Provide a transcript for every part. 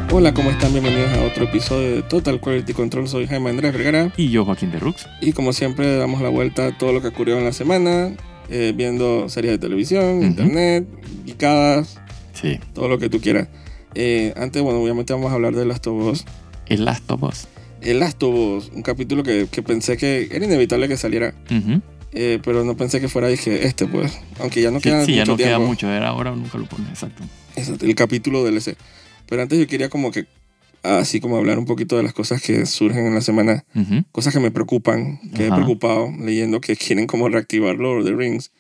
Hola, ¿cómo están? Bienvenidos a otro episodio de Total Quality Control. Soy Jaime Andrés Vergara. Y yo, Joaquín de Rux. Y como siempre, damos la vuelta a todo lo que ocurrió en la semana, viendo series de televisión, internet, picadas, sí, todo lo que tú quieras. Antes, bueno, obviamente vamos a hablar de Last of Us. El Last of Us. El Last of Us, un capítulo que pensé que era inevitable que saliera. Pero no pensé que fuera, dije, pues. Aunque ya no queda mucho mucho tiempo. queda mucho. Era ahora o nunca lo pones, exacto. Exacto, el capítulo DLC. Pero antes yo quería como que, así como hablar un poquito de las cosas que surgen en la semana. Cosas que me preocupan, que he preocupado leyendo que quieren como reactivar Lord of the Rings.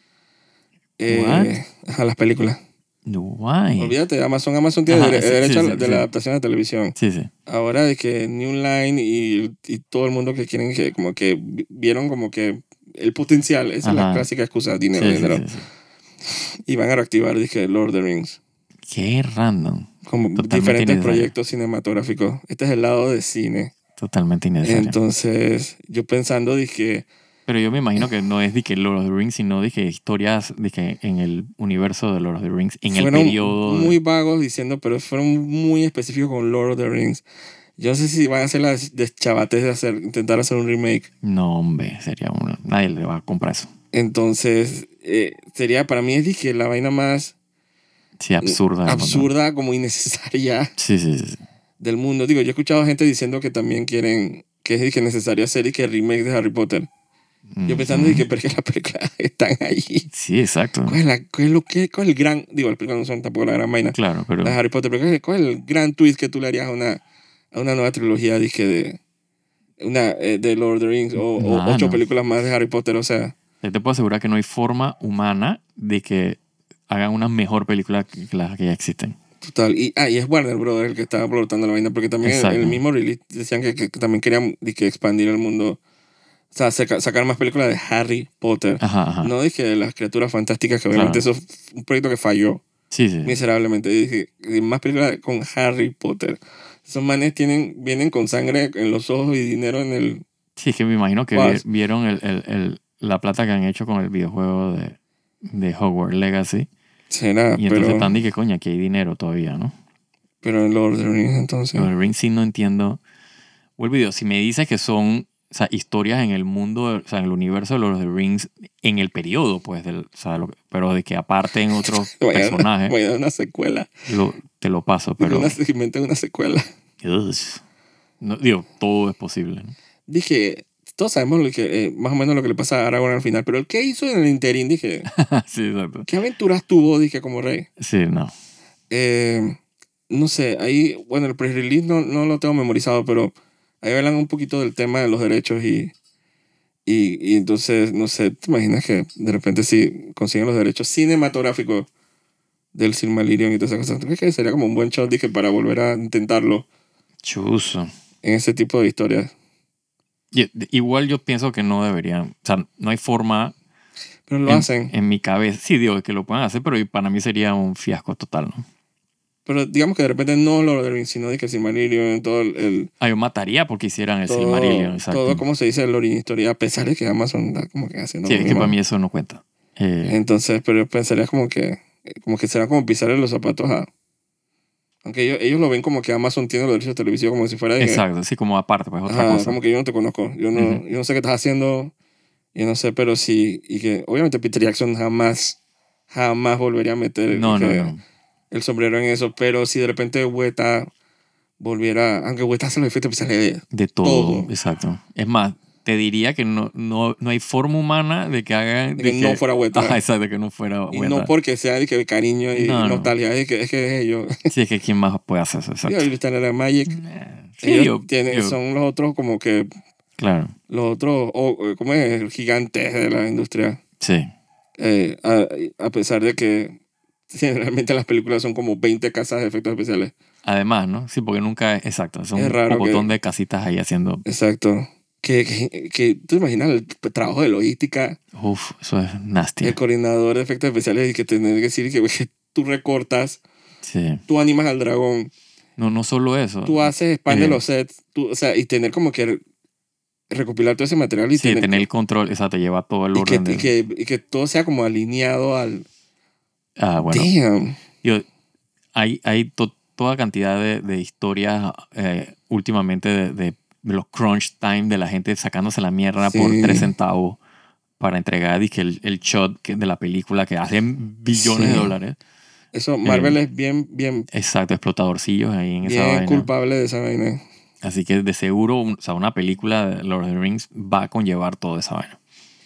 A las películas. Why? Olvídate, Amazon tiene derecho de la adaptación a televisión. Sí. Ahora de que New Line y todo el mundo que quieren que como que vieron como que el potencial, esa es la clásica excusa, dinero. Sí. Y van a reactivar, dije, Lord of the Rings. Qué random. Como Totalmente diferentes proyectos cinematográficos. Este es el lado de cine. Totalmente innecesario. Entonces, yo pensando, dije... Pero yo me imagino que no es de que Lord of the Rings, sino de que historias de que en el universo de Lord of the Rings, en el periodo... Fueron muy vagos diciendo, pero fueron muy específicos con Lord of the Rings. Yo no sé si van a hacer las deschavates de intentar hacer un remake. No, hombre, sería uno. Nadie le va a comprar eso. Entonces, sería, para mí es dije, la vaina más... Sí, absurda. Absurda, como innecesaria. Sí. Del mundo. Digo, yo he escuchado gente diciendo que también quieren, que es dije, necesario hacer y que remake de Harry Potter. Yo pensando que porque las películas están ahí. Sí, exacto. ¿Cuál es el gran... Digo, las películas no son tampoco la gran vaina. Claro, pero... Las de Harry Potter, pero ¿cuál es el gran twist que tú le harías a una nueva trilogía, dije, de Lord of the Rings o 8 películas más de Harry Potter? O sea... Yo te puedo asegurar que no hay forma humana de que hagan una mejor película que las que ya existen. Total. Y es Warner Brothers el que estaba explotando la vaina, porque también en el mismo release decían que también querían expandir el mundo. O sea, sacar más películas de Harry Potter. Ajá. No dije las criaturas fantásticas, que obviamente eso fue un proyecto que falló. Sí. Miserablemente. Dije, más películas con Harry Potter. Esos manes vienen con sangre en los ojos y dinero en el... Sí, es que me imagino que vieron la plata que han hecho con el videojuego de Hogwarts Legacy. Será, y entonces están de que coña, aquí hay dinero todavía, ¿no? Pero en Lord of the Rings, entonces... Lord of the Rings sí no entiendo. Vuelvo y digo, si me dices que son... O sea, historias en el mundo, o sea, en el universo de Lord of the Rings, en el periodo, pues, pero de que aparte en otros personajes... Voy a dar una secuela. Te lo paso, pero... Inventen una secuela. No, digo, todo es posible, ¿no? Dije, todos sabemos más o menos lo que le pasa a Aragorn al final, pero el que hizo en el interín, dije... Sí, exacto. ¿Qué aventuras tuvo, dije, como rey? Sí, no. No sé, ahí, bueno, el pre-release no lo tengo memorizado, pero... Ahí hablan un poquito del tema de los derechos y entonces, no sé, ¿te imaginas que de repente si consiguen los derechos cinematográficos del Silmarillion y todas esas cosas? ¿Tú crees que sería como un buen shot, dije, para volver a intentarlo? Chuzo. En ese tipo de historias. Igual yo pienso que no deberían, o sea, no hay forma... Pero lo hacen. En mi cabeza, sí, digo que lo puedan hacer, pero para mí sería un fiasco total, ¿no? Pero digamos que de repente no Lord of the Rings, sino de que el Silmarillion, todo el... yo mataría porque hicieran el Silmarillion, exacto. Todo, como se dice, el origin story, a pesar de que Amazon está como que haciendo... Sí, es que para mí eso no cuenta. Entonces, pero yo pensaría como que será como pisarle los zapatos a... Aunque ellos lo ven como que Amazon tiene los derechos de televisión como si fuera... Exacto, sí, como aparte, pues otra cosa. Como que yo no te conozco, yo no sé qué estás haciendo, yo no sé, pero sí, y que obviamente Peter Jackson jamás volvería a meter No. el sombrero en eso, pero si de repente Weta volviera, aunque Weta hace los efectos especiales de todo, exacto. Es más, te diría que no hay forma humana de que hagan... De que no fuera Weta. Exacto, que no fuera Weta. Y no porque sea de que cariño y nostalgia, es que es ellos. Sí, es que ¿quién más puede hacer eso? Exacto. Y Tener Magic. Sí, ellos son los otros como que... Claro. Los otros, ¿cómo es? Gigantes de la industria. Sí. A pesar de que generalmente las películas son como 20 casas de efectos especiales. Además, ¿no? Sí, porque nunca... Exacto, son es raro un montón de casitas ahí haciendo... Exacto. Que tú te imaginas el trabajo de logística. Uf, eso es nasty. El coordinador de efectos especiales y que tener que decir que tú recortas, tú animas al dragón. No solo eso. Tú haces spam de los sets, o sea, y tener como que recopilar todo ese material y tener el control, te lleva todo el orden. Y que todo sea como alineado al... Bueno. Damn. Hay toda cantidad de historias últimamente de los crunch time, de la gente sacándose la mierda por Sí. 3 centavos para entregar dizque, el shot de la película que hacen billones Sí. de dólares. Eso, Marvel es bien Exacto, explotadorcillos ahí en esa vaina. culpable de esa vaina. Así que de seguro, o sea, una película de Lord of the Rings va a conllevar toda esa vaina.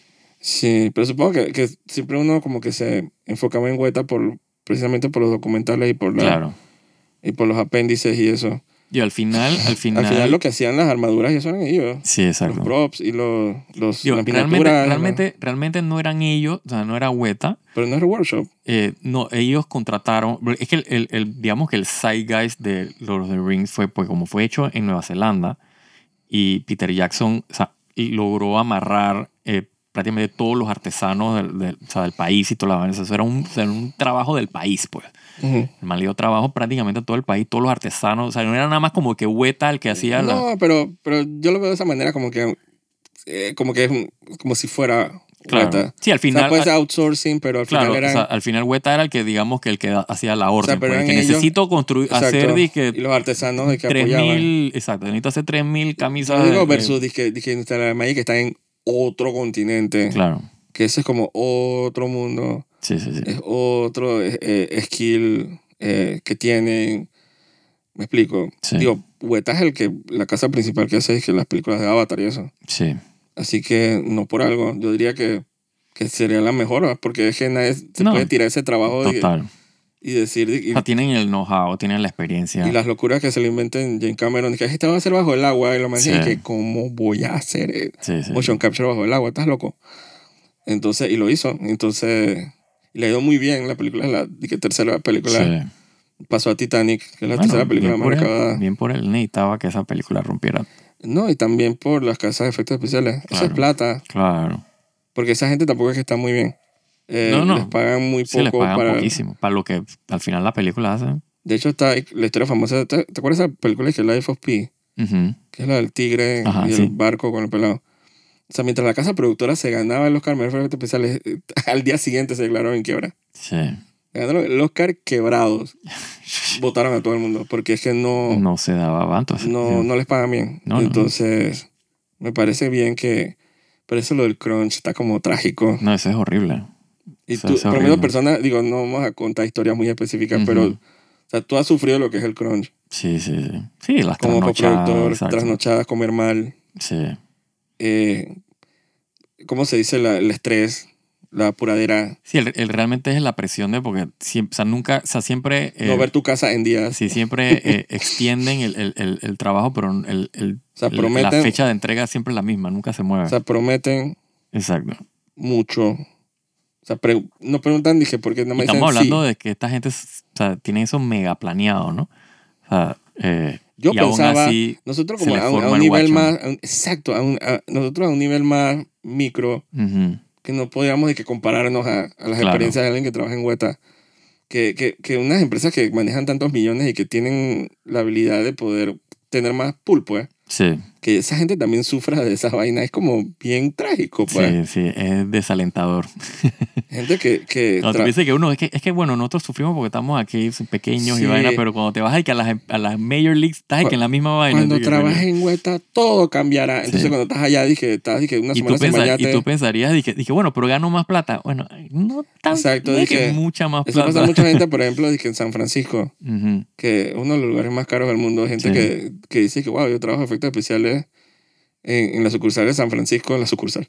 Sí, pero supongo que siempre uno como que se enfocaba en Weta precisamente por los documentales y Claro. y por los apéndices y eso. Y al final... Al final lo que hacían las armaduras y eso eran ellos. Sí, exacto. Los props y las realmente, miniaturas. realmente no eran ellos, o sea, no era Weta. Pero no es el workshop. No, ellos contrataron... Es que digamos que el zeitgeist de Lord of the Rings fue, pues como fue hecho en Nueva Zelanda y Peter Jackson, o sea, logró amarrar prácticamente todos los artesanos o sea, del país y toda la vaina. O sea, eso era un trabajo del país, pues. Uh-huh. El man le dio trabajo prácticamente a todo el país, todos los artesanos. O sea, no era nada más como que Weta el que hacía No, pero yo lo veo de esa manera como que es como si fuera Claro. Weta. Sí, al final... O sea, puede ser outsourcing, pero al Claro, final era... o sea, al final Weta era el que, digamos, que el que hacía la orden. O sea, pero pues, el eran que ellos- necesito construir, Exacto. hacer, Y los artesanos de que apoyaban. 3.000, exacto, necesito hacer 3.000 camisas. Yo digo versus dizque Industrial Magic que está en otro continente. Claro, Que ese es como otro mundo. sí, sí, sí. Es otro skill que tienen. Me explico. Sí. Digo, Weta es la casa principal que hace es que las películas de Avatar y eso. Sí, Así que no por algo. Yo diría que sería la mejor, ¿verdad? Porque es que nadie se No, puede tirar ese trabajo total. y decir. O sea, tienen el know-how, tienen la experiencia. Y las locuras que se le inventen Jane Cameron. Que este va a hacer bajo el agua. Y lo más Sí. y que, ¿cómo voy a hacer Sí, sí, motion capture bajo el agua? ¿Estás loco? Entonces, y lo hizo. Entonces, y le ha ido muy bien la película. La tercera película Sí. pasó a Titanic, que es la Bueno, tercera película más recaudada. bien por él necesitaba que esa película rompiera. No, y también por las casas de efectos especiales. Eso Claro. es plata. Claro. Porque esa gente tampoco es que está muy bien. No. Les pagan muy Sí, poco les pagan para... poquísimo. Para lo que al final la película hace. De hecho, está la historia famosa. ¿Te acuerdas de esa película que es Life of Pi? Ujú. Que es la del tigre Ajá, y el sí. barco con el pelado. O sea, mientras la casa productora se ganaba el Oscar mejor efectos especiales, al día siguiente se declaró en quiebra. Sí. Ganaron el Oscar quebrados. Votaron a todo el mundo porque es que No se daba abasto. no les pagan bien. No. Entonces, me parece bien que... Pero eso lo del crunch está como trágico. No, eso es horrible. Y Eso tú, es por lo horrible. menos personas, digo, no vamos a contar historias muy específicas, Ujú. pero, o sea, tú has sufrido lo que es el crunch. Sí. Sí, las Como trasnochadas. coproductor, Exacto. trasnochadas, comer mal. Sí. ¿Cómo se dice? El estrés, la apuradera. Sí, realmente es la presión de porque siempre, o sea, nunca, o sea, siempre... No ver tu casa en días. Sí, siempre extienden el trabajo, pero O sea, la prometen, fecha de entrega siempre es la misma, nunca se mueve. o sea, prometen Exacto. mucho. O sea, no preguntan, dije, porque no Y me dicen estamos hablando sí. de que esta gente, o sea, tiene eso mega planeado, ¿no? O sea, Yo y aún pensaba, así nosotros se como le a forma un el nivel guacho. más, exacto, nosotros a un nivel más micro, Ujú. que no podíamos de que compararnos a las Claro. experiencias de alguien que trabaja en Weta. Que unas empresas que manejan tantos millones y que tienen la habilidad de poder tener más pool, pues, Sí, que esa gente también sufra de esa vaina, es como bien trágico, pues. sí, es desalentador. Gente que Cuando tú dices que uno, es que bueno, nosotros sufrimos porque estamos aquí pequeños Sí. y vaina, pero cuando te vas que a las Major Leagues, estás que en la misma vaina. cuando así que, trabajas coño. en Weta, todo cambiará. Entonces, Sí. cuando estás allá, estás una Y semana tú, sin bañarte. y tú pensarías, dije, bueno, pero gano más plata. Bueno, no tan, Exacto, no es que dije, mucha más eso pasa plata. a mucha gente, por ejemplo, dije en San Francisco, Ujú. que es uno de los lugares más caros del mundo. Gente Sí. que dice que, wow, yo trabajo efectos especiales en la sucursal de San Francisco, en la sucursal.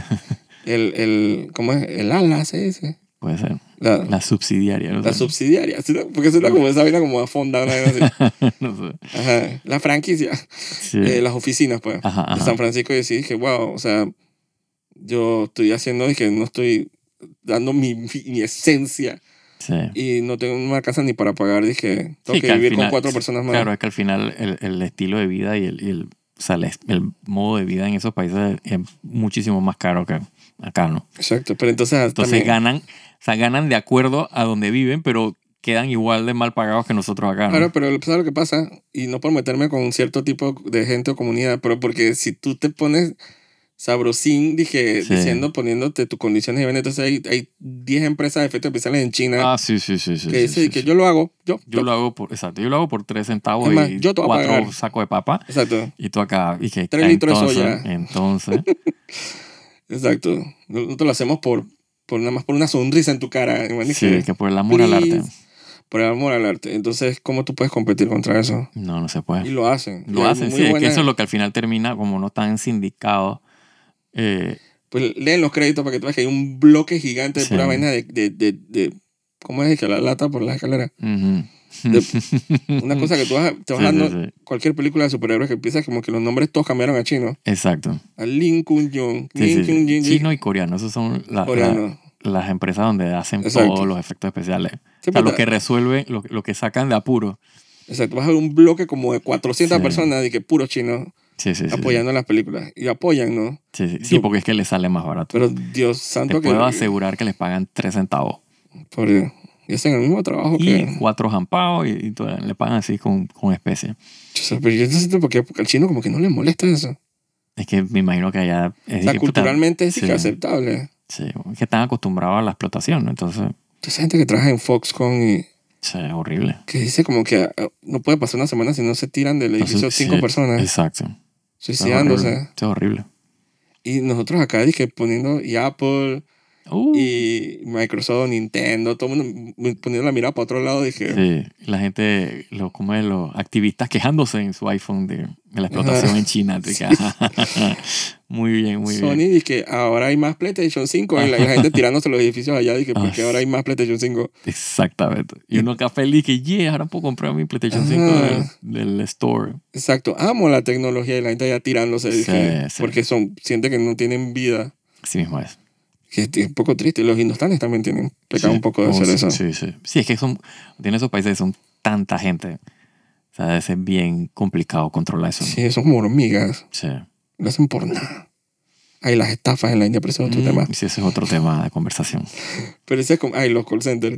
¿Cómo es? El ala, se dice. Puede ser. La La subsidiaria. No sé. subsidiaria. ¿Sí? Porque suena como esa vaina como a fonda. Una vaina así. No sé. Ajá. La franquicia. Sí. Las oficinas, pues. Ajá, De ajá. San Francisco. Y sí, dije, wow, o sea, yo estoy haciendo, dije, no estoy dando mi esencia. Sí. Y no tengo una casa ni para pagar. Dije, tengo Sí, que al vivir final- con 4 personas más. Claro, es que al final el estilo de vida y o sea, el modo de vida en esos países es muchísimo más caro que acá, ¿no? Exacto. Pero entonces, Entonces también, ganan de acuerdo a donde viven, pero quedan igual de mal pagados que nosotros acá, ¿no? Claro, pero ¿sabes lo que pasa? Y no por meterme con un cierto tipo de gente o comunidad, pero porque si tú te pones, o sabrosín, dije, Sí. diciendo, poniéndote tus condiciones de venta. Entonces hay 10 empresas de efectos especiales en China Sí. que Sí, dicen que sí. yo lo hago. Yo lo hago por, exacto, yo lo hago por 3 centavos Es más, y yo te voy a 4 pagar. sacos de papa. Exacto. Y tú acá, y que 3 litros de entonces, soya. Exacto. Nosotros lo hacemos por nada más por una sonrisa en tu cara. Y bueno, sí, que por el amor al arte. Por el amor al arte. Entonces, ¿cómo tú puedes competir contra eso? No se Y puede. lo hacen. Lo hacen, sí, es que eso es lo que al final termina, como no están sindicados. Pues leen los créditos para que tú veas que hay un bloque gigante de Sí. pura vaina de ¿cómo es que la lata por las escaleras? Ujú. Una cosa que tú te vas Sí, dando, sí. cualquier película de superhéroes que empieza como que los nombres todos cambiaron a chino. Exacto. A Lin Kun Jong, Sí, Lin sí, Kun sí. Jin, Chino y coreano, esos son coreano. las empresas donde hacen Exacto. todos los efectos especiales. Sí, O sea, pero lo que resuelven, lo que sacan de apuro. exacto, vas a ver un bloque como de 400 Sí. personas de que puro chino Sí. apoyando las películas. Y apoyan, ¿no? Sí, Yo- porque es que les sale más barato. Pero Dios santo Te que... puedo asegurar que les pagan 3 centavos. Por Dios. Y hacen el mismo trabajo Y que... 4 jampados y todo, le pagan así con especie. Pero yo no sé por qué, porque al chino como que no le molesta eso. Es que me imagino que allá... O sea, culturalmente sí que sí, es aceptable. sí, es que están acostumbrados a la explotación, ¿no? Entonces, Esa gente que trabaja en Foxconn y sí, es horrible. que dice como que no puede pasar una semana si no se tiran del edificio Entonces, 5 sí, personas Exacto. Eso es suicidándose. horrible. Y nosotros acá dije poniendo y Apple y Microsoft, Nintendo, todo el mundo poniendo la mirada para otro lado, dije... Sí, la gente, como es, los activistas quejándose en su iPhone de la explotación en China. Así que, muy bien, muy Sony bien. dice que ahora hay más PlayStation 5 y la gente tirándose los edificios allá, dije, porque Ah, ahora hay más PlayStation 5. Exactamente. Y uno acá feliz que, ahora puedo comprar mi PlayStation 5 del store. Exacto, amo la tecnología y la gente allá tirándose, dije, Sí. porque siente que no tienen vida. Así mismo es. Que es un poco triste. Los hindustanes también tienen pecado un poco de hacer eso. Sí. Sí, es que tiene esos países que son tanta gente. O sea, debe ser bien complicado controlar eso. Sí, son como hormigas. Sí. Lo hacen por nada. Hay las estafas en la India, pero ese es otro tema. Sí, ese es otro tema de conversación. Pero ese es como... los call centers.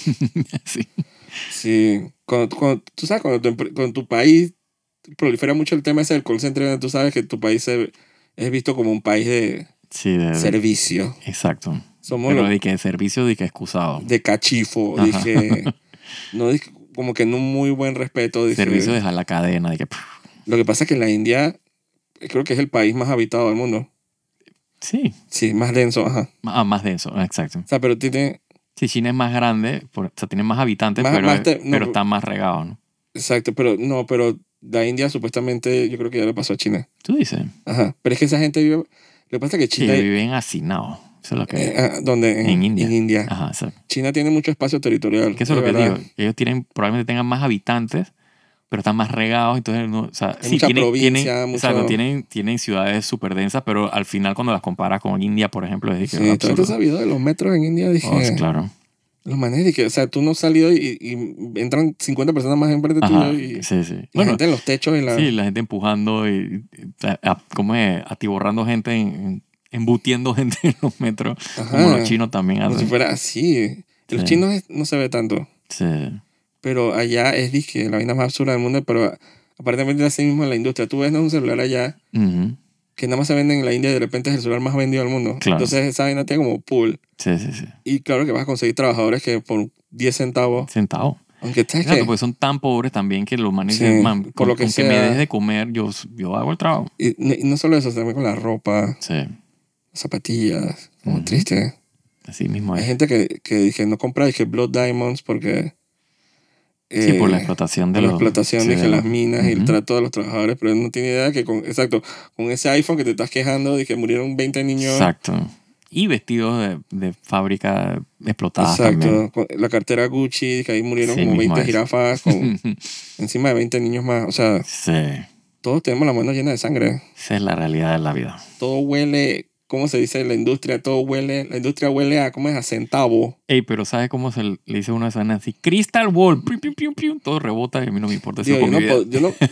Sí. Sí. Tú sabes, cuando tu país prolifera mucho el tema ese del call center, tú sabes que tu país es visto como un país de servicio. Exacto. Somos Pero de que servicio, de que excusado. de cachifo. Dije... no, como que no muy buen respeto. Dije, Servicio de la cadena. De que, lo que pasa es que la India creo que es el país más habitado del mundo. sí. Sí, más denso, ajá. Más denso, exacto. O sea, pero tiene... Sí, China es más grande, o sea, tiene más habitantes, pero está más regado, ¿no? Exacto, pero la India supuestamente yo creo que ya le pasó a China. Tú dices. Ajá, pero es que esa gente vive... Lo que pasa es que Sí, China... viven hacinados. Eso es lo que... ¿Dónde? En India. En India. Ajá, exacto. China tiene mucho espacio territorial. Que eso es lo que verdad. digo. Ellos probablemente tengan más habitantes, pero están más regados, entonces no, o sea, Hay mucha provincia, exacto, tienen ciudades súper densas, pero al final cuando las comparas con India, por ejemplo, es de que Sí, ¿tú has sabido de los metros en India? Dije, claro. los manes de que, o sea, tú no has salido y entran 50 personas más enfrente tuyo y Sí. la gente en los techos y Sí, la gente empujando y ¿cómo es? Atiborrando gente, embutiendo gente en los metros, Ajá, como los chinos también como hacen. si fuera así. Los chinos no se ve tanto. Sí. Pero allá es dije, la vaina más absurda del mundo, pero aparentemente así mismo en la industria. Tú ves un celular allá Ujú. que nada más se vende en la India y de repente es el celular más vendido del mundo. Claro. Entonces esa vaina tiene como pool. Sí. Y claro que vas a conseguir trabajadores que por 10 centavos, Centavos. aunque sabes Exacto, que... porque son tan pobres también que los manes Sí, dicen, man, por con lo que que sea. me des de comer, yo hago el trabajo. Y no solo eso, también con la ropa, Sí, zapatillas, como Ujú. triste. así mismo Hay es. gente que dije, no compra, dije, Blood Diamonds porque... Sí, por la explotación de por la los... explotación, sí, dije, de las los- minas y el Ujú. trato de los trabajadores, pero él no tiene idea que exacto, con ese iPhone que te estás quejando, dije, murieron 20 niños. Exacto. Y vestidos de fábrica explotadas también. Exacto, con la cartera Gucci, dije, ahí murieron Sí, como mismo 20 es. jirafas, con encima de 20 niños más. O sea, Sí, todos tenemos las manos llenas de sangre. esa es la realidad de la vida. Todo huele, ¿cómo se dice en la industria? La industria huele a, ¿cómo es? A centavo. Ey, pero ¿sabes cómo se le dice a una escena así? Crystal Wall, piu, piu, piu, piu, todo rebota y a mí no me importa eso Digo, con mi vida.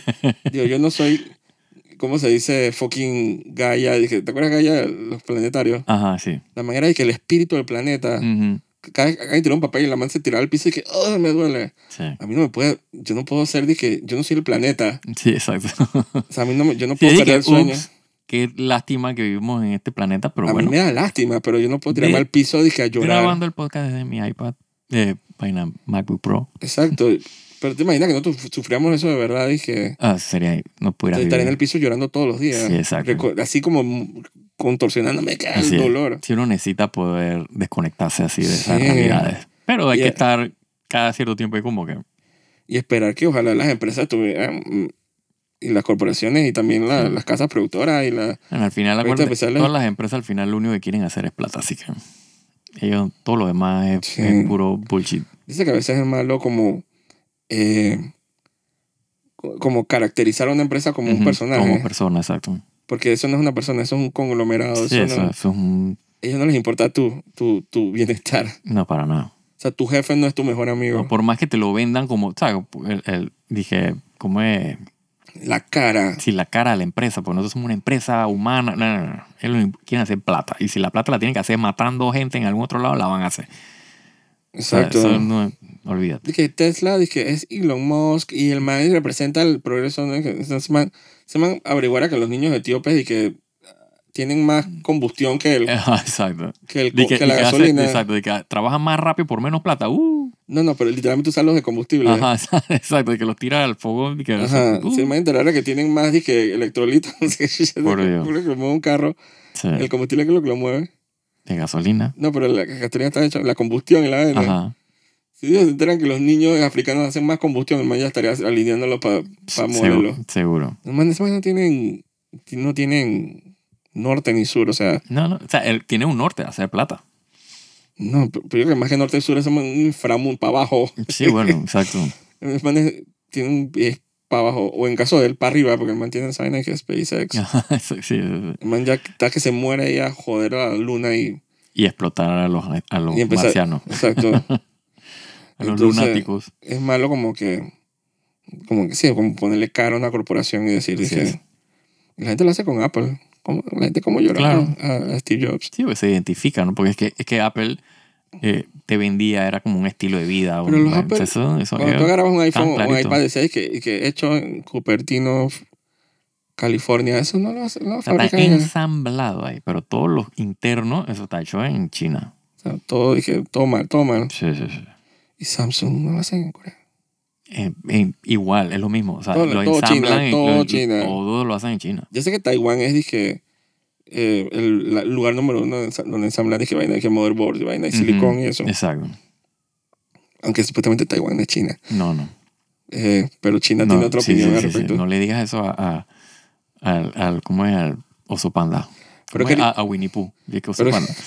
yo no soy, ¿cómo se dice? Fucking Gaia. Dije, ¿te acuerdas Gaia? Los planetarios. Ajá, sí. La manera de que el espíritu del planeta, Ujú. cada vez que alguien tiró un papel y la mano se tiraba al piso y que, ¡oh, me duele! Sí. A mí no me puede, yo no puedo ser, dije, yo no soy el planeta. Sí, exacto. O sea, a mí no, yo no Sí, puedo es perder que, el sueño. ups, qué lástima que vivimos en este planeta, pero a bueno. mí me da lástima, pero yo no puedo tirarme al piso y que a llorar. Grabando el podcast desde mi iPad, vaina MacBook Pro. Exacto. Pero te imaginas que nosotros sufríamos eso de verdad y que Sería, no pudiera estar en vivir. el piso llorando todos los días. Sí, exacto. Así como contorsionándome, que Así el es. dolor. Si uno necesita poder desconectarse así de esas Sí. realidades. Pero hay Y- que estar cada cierto tiempo ahí como que... Y esperar que ojalá las empresas tuvieran, y las corporaciones y también Sí. las casas productoras y las... Bueno, al final, Ahorita acuérdate, especiales- todas las empresas al final lo único que quieren hacer es plata, así que ellos, todo lo demás es, Sí. es puro bullshit. Dice que a veces es malo como caracterizar a una empresa como un Ujú, personaje. Como persona, exacto. Porque eso no es una persona, eso es un conglomerado. Sí, eso no, eso es un... a ellos no les importa tu bienestar. No, para nada. O sea, tu jefe no es tu mejor amigo. No, por más que te lo vendan como, ¿sabes? Dije, ¿cómo es? La cara. Si la cara de la empresa, pues nosotros somos una empresa humana. No. Ellos quieren hacer plata. Y si la plata la tienen que hacer matando gente en algún otro lado, la van a hacer. Exacto. O sea, eso no, olvídate. Dije Tesla, dije es Elon Musk y el man representa el progreso. ¿No? Se man averiguara que los niños etíopes y que tienen más combustión que Exacto. que De que la gasolina. Exacto, de que trabajan más rápido por menos plata. No, pero literalmente usarlos de combustible. Ajá, exacto, de que los tira al fuego. De que, Ajá. Se me enterara que tienen más dije, electrolitos. Por Dios. Que lo mueve un carro. Sí, El combustible que es lo que lo mueve. de gasolina. No, pero la gasolina está hecha, la combustión y la vaina. Ajá. Si ellos se enteran que los niños africanos hacen más combustión, el man ya estaría alineándolo para moverlo. Seguro. Los manes no tienen norte ni sur, o sea, No, o sea, él tiene un norte, hacer plata. no, pero yo creo que más que norte y sur es un inframundo para abajo. Sí, bueno, exacto. Los manes tienen un pie para abajo, o en caso de él para arriba, porque el man tiene esa vaina que es SpaceX. Sí. El man ya está que se muere y a joder a la luna y explotar a los y empezar- marcianos, Exacto. a los Entonces, lunáticos. Es malo como que sí, como ponerle cara a una corporación y decir, Así dije, es. la gente lo hace con Apple. La gente como llora Claro. a Steve Jobs. Sí, pues se identifica, ¿no? Porque es que Apple te vendía, era como un estilo de vida. Pero los Apple, eso cuando tú agarrabas un iPhone o un clarito. iPad de 6 que hecho en Cupertino, California, eso no lo Está fabrican allá. ensamblado ahí, pero todos los internos, eso está hecho en China. O sea, todo mal, todo mal. Sí. Y Samsung no lo hacen en Corea. Igual, es lo mismo. O sea, Todo lo China, ensamblan, todo China. todo lo hacen en China. Yo sé que Taiwán es, dije, el lugar número uno donde ensamblan, dije, vaina, que motherboards, vaina, y silicón y eso. Exacto. Aunque supuestamente Taiwán es China. No. Pero China No, tiene otra sí, opinión sí, al sí. respecto. No le digas eso al ¿cómo es? Al oso panda. Pero ¿Cómo es? que- A Winnie Pooh. Dije que oso Pero- panda.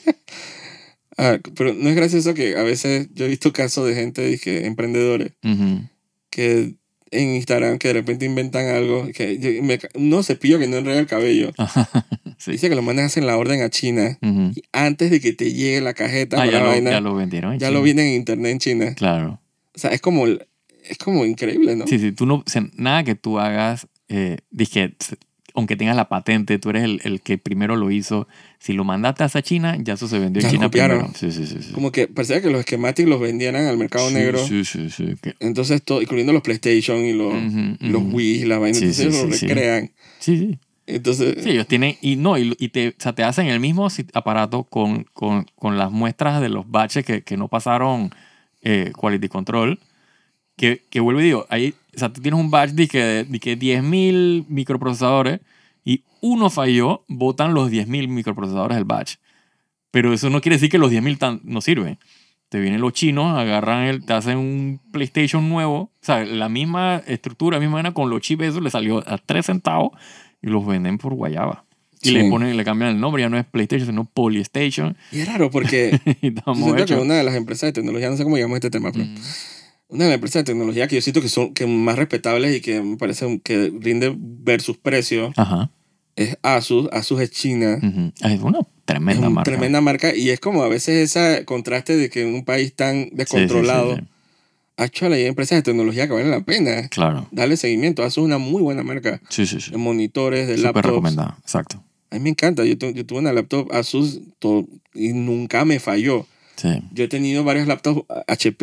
Pero no es gracioso que a veces yo he visto casos de gente, dije, emprendedores, Ujú. que en Instagram que de repente inventan algo, no cepillo que no enreda el cabello. Sí. Dice que lo mandan a hacer la orden a China Ujú. y antes de que te llegue la cajeta con Ya la vaina, ya lo vendieron en ya China. lo vienen en internet en China. Claro. O sea, es como increíble, ¿no? Sí, tú no, o sea, nada que tú hagas, dije, aunque tengas la patente, tú eres el que primero lo hizo. Si lo mandaste hacia China, ya eso se vendió Ya en lo China copiaron. primero. Sí. Como que parecía que los schematics los vendieran al mercado negro. Sí. Entonces, todo, incluyendo los PlayStation y los Wii y la vaina. Sí, Entonces, ellos lo sí. recrean. Sí. Entonces, Sí, ellos tienen, y te hacen el mismo aparato con las muestras de los batches que no pasaron quality control, que vuelvo y digo, ahí, o sea, tú tienes un batch de que 10.000 microprocesadores y uno falló, botan los 10.000 microprocesadores del batch. Pero eso no quiere decir que los 10.000 no sirven. Te vienen los chinos, te hacen un PlayStation nuevo, o sea, la misma estructura, la misma vaina con los chips, eso le salió a 3 centavos y los venden por guayaba. Y Sí. le cambian el nombre, ya no es PlayStation, sino Polystation. y es raro porque Y yo estamos siento que hechos. una de las empresas de tecnología, no sé cómo llamamos este tema, pero una de las empresas de tecnología que yo siento que son más respetables y que me parece que rinde versus precio Ajá. es Asus. Asus es China. Ujú. Es una Es tremenda una marca. tremenda marca y es como a veces ese contraste de que en un país tan descontrolado, Sí. actually, hay empresas de tecnología que valen la pena Claro. darle seguimiento. Asus es una muy buena marca Sí. de monitores, de Súper laptops. recomendada. Exacto. A mí me encanta. Yo tuve una laptop Asus y nunca me falló. Sí. Yo he tenido varios laptops HP y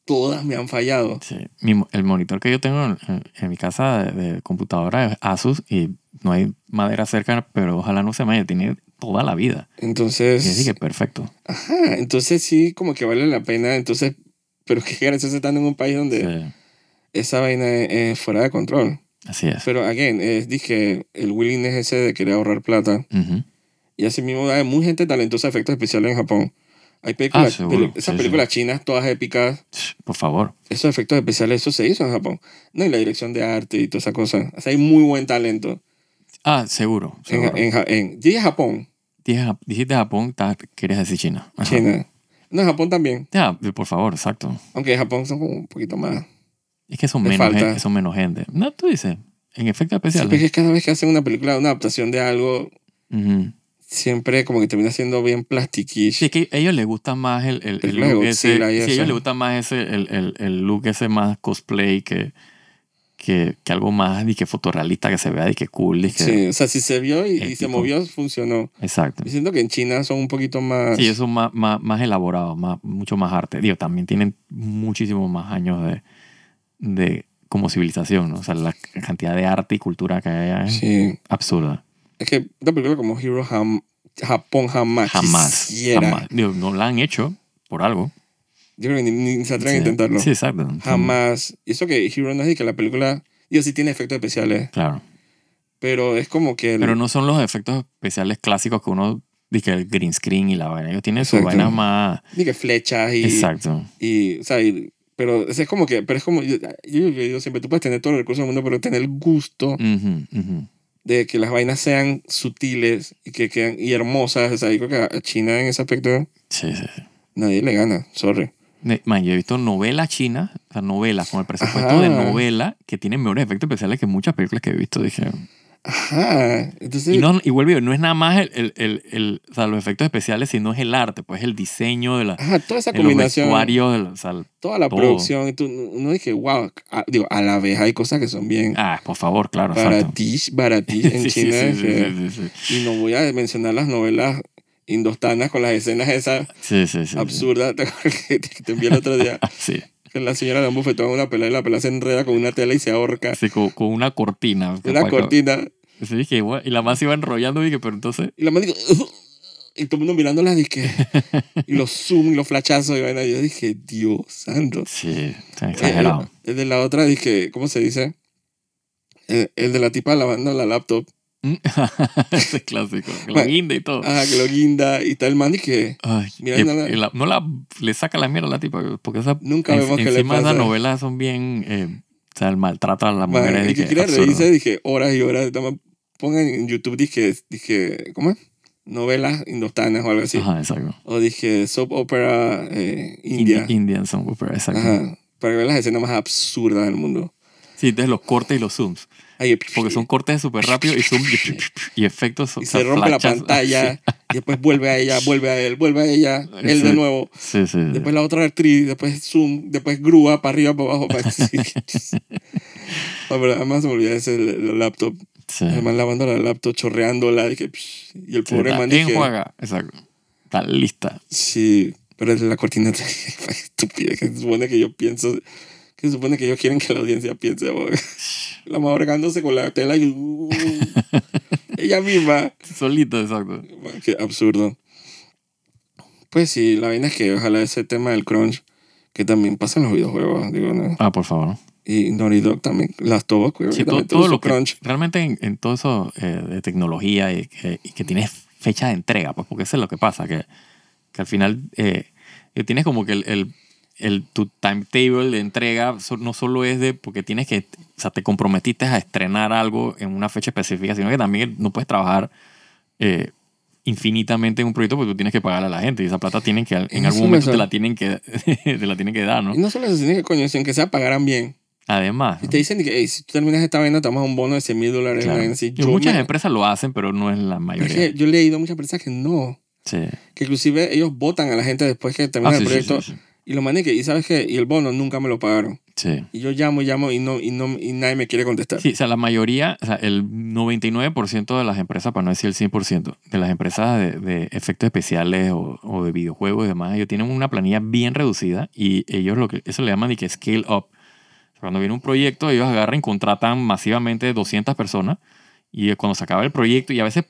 todas me han fallado. Sí. El monitor que yo tengo en mi casa de computadora es Asus y no hay madera cerca, pero ojalá no se me haya, tiene toda la vida. Entonces... Y así que perfecto. Ajá, entonces sí, como que vale la pena. Entonces, pero qué gracioso estando en un país donde Sí, esa vaina es fuera de control. así es. Pero, again, dije, el willingness ese de querer ahorrar plata. Ujú. Y así mismo hay mucha gente talentosa de efectos especiales en Japón. Hay películas, seguro. esas Sí, películas chinas todas épicas, Por favor. esos efectos especiales, eso se hizo en Japón. No, y la dirección de arte y toda esa cosa. O sea, hay muy buen talento. Seguro. Dije Japón, Dijiste Japón, querías decir China. Ajá. China. No, Japón también. Ya, por favor, exacto. Aunque Japón son como un poquito más. Es que son Le menos, falta. son menos gente. No, tú dices, en efectos Sí, especiales. porque cada vez que hacen una película, una adaptación de algo, Ujú. siempre como que termina siendo bien Sí, plastiquish. es que a ellos les gusta más el Películas de look ese. Godzilla y Sí, a ellos eso. les gusta más el look ese más cosplay que algo más que fotorrealista que se vea y que cool. Sí, o sea, si se vio y se épico. movió, funcionó. Exacto. Yo siento que en China son un poquito más... Sí, eso es más elaborado, mucho más arte. Digo, también tienen muchísimos más años de como civilización, ¿no? O sea, la cantidad de arte y cultura que hay allá es Sí. absurda. Es que una película como Hero Japón jamás quisiera. Digo, no la han hecho por algo. Yo creo que ni se atreven a Sí, intentarlo. sí, exacto. Jamás. Y eso que Hero no es de que la película... Digo, sí tiene efectos especiales, Claro. pero es como que... Pero no son los efectos especiales clásicos que uno dice el green screen y la vaina. Ellos tienen sus Exacto. vainas más... Ni que flechas y... Exacto. Y, o sea, pero es como que... Pero es como... Yo digo siempre, tú puedes tener todo el recurso del mundo, pero tener el gusto Ujú, ujú. de que las vainas sean sutiles y que quedan y hermosas. O sea, yo creo que a China en ese aspecto Sí. nadie le gana. Sorry. Man, yo he visto novelas chinas, o sea, novelas con el presupuesto Ajá. de novela que tienen mejores efectos especiales que muchas películas que he visto. Dije, Ajá. Entonces... y vuelve, no es nada más o sea, los efectos especiales, sino es el arte, pues el diseño de, Ajá, toda esa de los combinación, vestuarios, o sea, toda la todo. producción. Y tú, uno dije, wow. Digo, a la vez hay cosas que son bien Por favor, claro, exacto. baratish en Sí, China. sí. Y no voy a mencionar las novelas indostanas con las escenas esas Sí. absurdas. ¿Te acuerdas que te envié el otro día? Sí. Que la señora da un bufetón a una pelea y la pelea se enreda con una tela y se ahorca. Sí, con una cortina. Una cortina. Sí, dije, y la más iba enrollando, dije, pero entonces... Y la más dijo... Y todo el mundo mirándola, dije... Y los zoom y los flashazos y vaina. Yo dije, Dios santo. Sí, está exagerado. El de la otra, dije, ¿cómo se dice? El de la tipa lavando la laptop. Ese es clásico. Que lo guinda y todo. Que lo guinda. Y está el man y que... Ay, Mira, le saca la mierda a la tipa, porque Nunca vemos qué le encima de pasa. esas novelas son bien, o sea, el maltrato a las Man, mujeres. el que quiera reírse, dije, horas y horas. Pongan en YouTube, dije, ¿cómo es? Novelas indostanas o algo así. Ajá, exacto. O dije, soap opera India. Indian soap opera, exacto. Ajá. Para ver las escenas más absurdas del mundo. Sí, entonces los cortes y los zooms. Ahí, Porque son cortes súper rápidos y zoom y efectos. y se rompe la pantalla. Sí. Y después vuelve a ella, vuelve a él, vuelve a ella, él de nuevo. Sí. Después la otra actriz, después zoom, después grúa para arriba, para abajo. Pero además se me olvidó ese el laptop. Sí. El man lavando la laptop, chorreándola. Y el pobre man dije... Enjuaga, exacto. Está lista. Sí, pero la cortina fue estúpida. Que se supone que yo pienso... Que se supone que ellos quieren que la audiencia piense. La más ahorcándose con la tela y... ella misma. Solito, exacto. Qué absurdo. Pues sí, la vaina es que ojalá ese tema del crunch, que también pasa en los videojuegos, digo, ¿no? Por favor. Y Naughty Dog también, las Tobas, Sí, todo lo que crunch. Realmente en todo eso de tecnología y que tienes fecha de entrega, pues porque eso es lo que pasa, que al final tienes como que tu timetable de entrega no solo es porque tienes que, o sea, te comprometiste a estrenar algo en una fecha específica, sino que también no puedes trabajar infinitamente en un proyecto porque tú tienes que pagarle a la gente y esa plata tienen que en algún momento te la tienen que dar, ¿no? Y no solo eso, sino que coño, si aunque sea pagaran bien. Además, si te dicen que hey, si tú terminas esta vaina te damos un bono de $100,000. Claro. Así, muchas empresas lo hacen, pero no es la mayoría. Yo he leído a muchas empresas que no. Sí. Que inclusive ellos votan a la gente después que terminan el proyecto. Sí. Y lo manejan y ¿sabes qué? Y el bono nunca me lo pagaron. Sí. Y yo llamo y nadie me quiere contestar. Sí, o sea, la mayoría, o sea, el 99% de las empresas, para no decir el 100%, de las empresas de efectos especiales o de videojuegos y demás, ellos tienen una planilla bien reducida y ellos eso le llaman de que scale up. Cuando viene un proyecto, ellos agarran y contratan masivamente 200 personas y cuando se acaba el proyecto, y a veces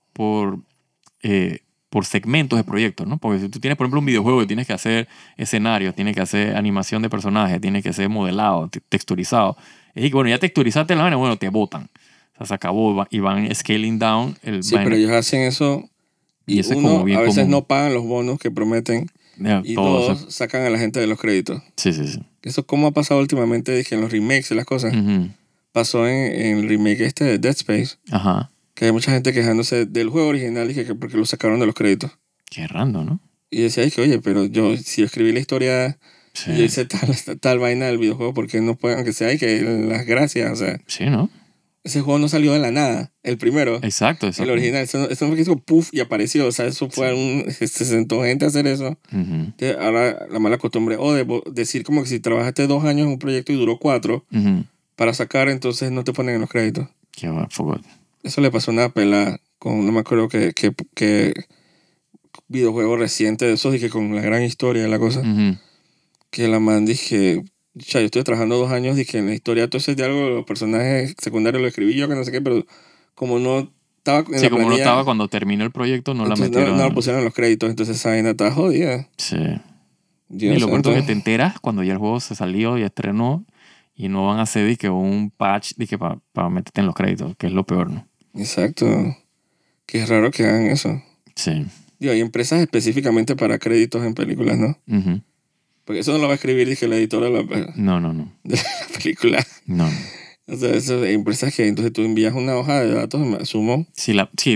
por segmentos de proyectos, ¿no? Porque si tú tienes, por ejemplo, un videojuego que tienes que hacer escenarios, tienes que hacer animación de personajes, tienes que hacer modelado, texturizado. Es que, bueno, ya texturizaste la vaina, bueno, te botan. O sea, se acabó y van scaling down el Sí, pero ellos hacen eso y y eso es como uno, bien a veces común. no pagan los bonos que prometen y Todo eso. dos, sacan a la gente de los créditos. Sí, sí, sí. Eso como ha pasado últimamente, dije, en los remakes y las cosas. Ujú. Pasó en el remake este de Dead Space, Ajá. que hay mucha gente quejándose del juego original, dije que porque lo sacaron de los créditos. Qué random, ¿no? Y decía, que oye, pero si yo escribí la historia Sí. y yo hice tal vaina del videojuego, ¿por qué no pueden, aunque sea, que las gracias? O sea, Sí, ¿no? ese juego no salió de la nada, el primero. Exacto, El exacto. original, eso no fue que hizo puff y apareció, o sea, eso fue se sentó gente a hacer eso. Ujú. Ahora la mala costumbre, decir como que si trabajaste 2 años en un proyecto y duró 4 Ujú. para sacar, entonces no te ponen en los créditos. Qué bueno, forgot. Eso le pasó a una pela con, no me acuerdo qué videojuego reciente de esos, dije con la gran historia de la cosa, Ujú. que la man dije, yo estoy trabajando 2 años, dije en la historia, entonces de algo, los personajes secundarios lo escribí yo, que no sé qué, pero como no estaba en Sí, la como no planilla, estaba cuando terminó el proyecto, no la entonces metieron. no lo pusieron en los créditos, entonces esa vaina estaba jodida. Sí. Dios Y lo pronto que santo. te enteras cuando ya el juego se salió y estrenó y no van a hacer dizque, un patch para meterte en los créditos, que es lo peor, ¿no? Exacto. Qué raro que hagan eso. Sí. Digo, hay empresas específicamente para créditos en películas, ¿no? Ujú. Porque eso no lo va a escribir, dije, la editora de No. de la película. No. O sea, eso hay empresas que entonces tú envías una hoja de datos, me asumo. Sí,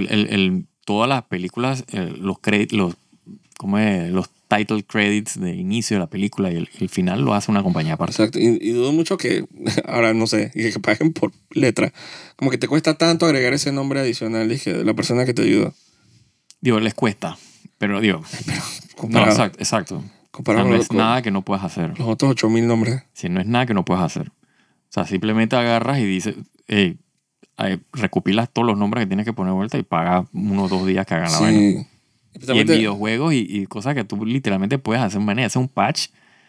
todas las películas, los créditos, los title credits de inicio de la película y el final lo hace una compañía aparte. Exacto. Y dudo mucho que, ahora no sé, y que paguen por letra. Como que te cuesta tanto agregar ese nombre adicional, dije, de la persona que te ayudó. Digo, les cuesta, pero digo, no, Comparado, exacto. O sea, comparado no con es nada que no puedas hacer. los otros 8,000 nombres. Si no es nada que no puedas hacer. O sea, simplemente agarras y dices, hey, recopilas todos los nombres que tienes que poner de vuelta y pagas 1 o 2 días que hagan la vaina. Sí. Y en Especialmente, videojuegos y cosas que tú literalmente puedes hacer manera, hacer un patch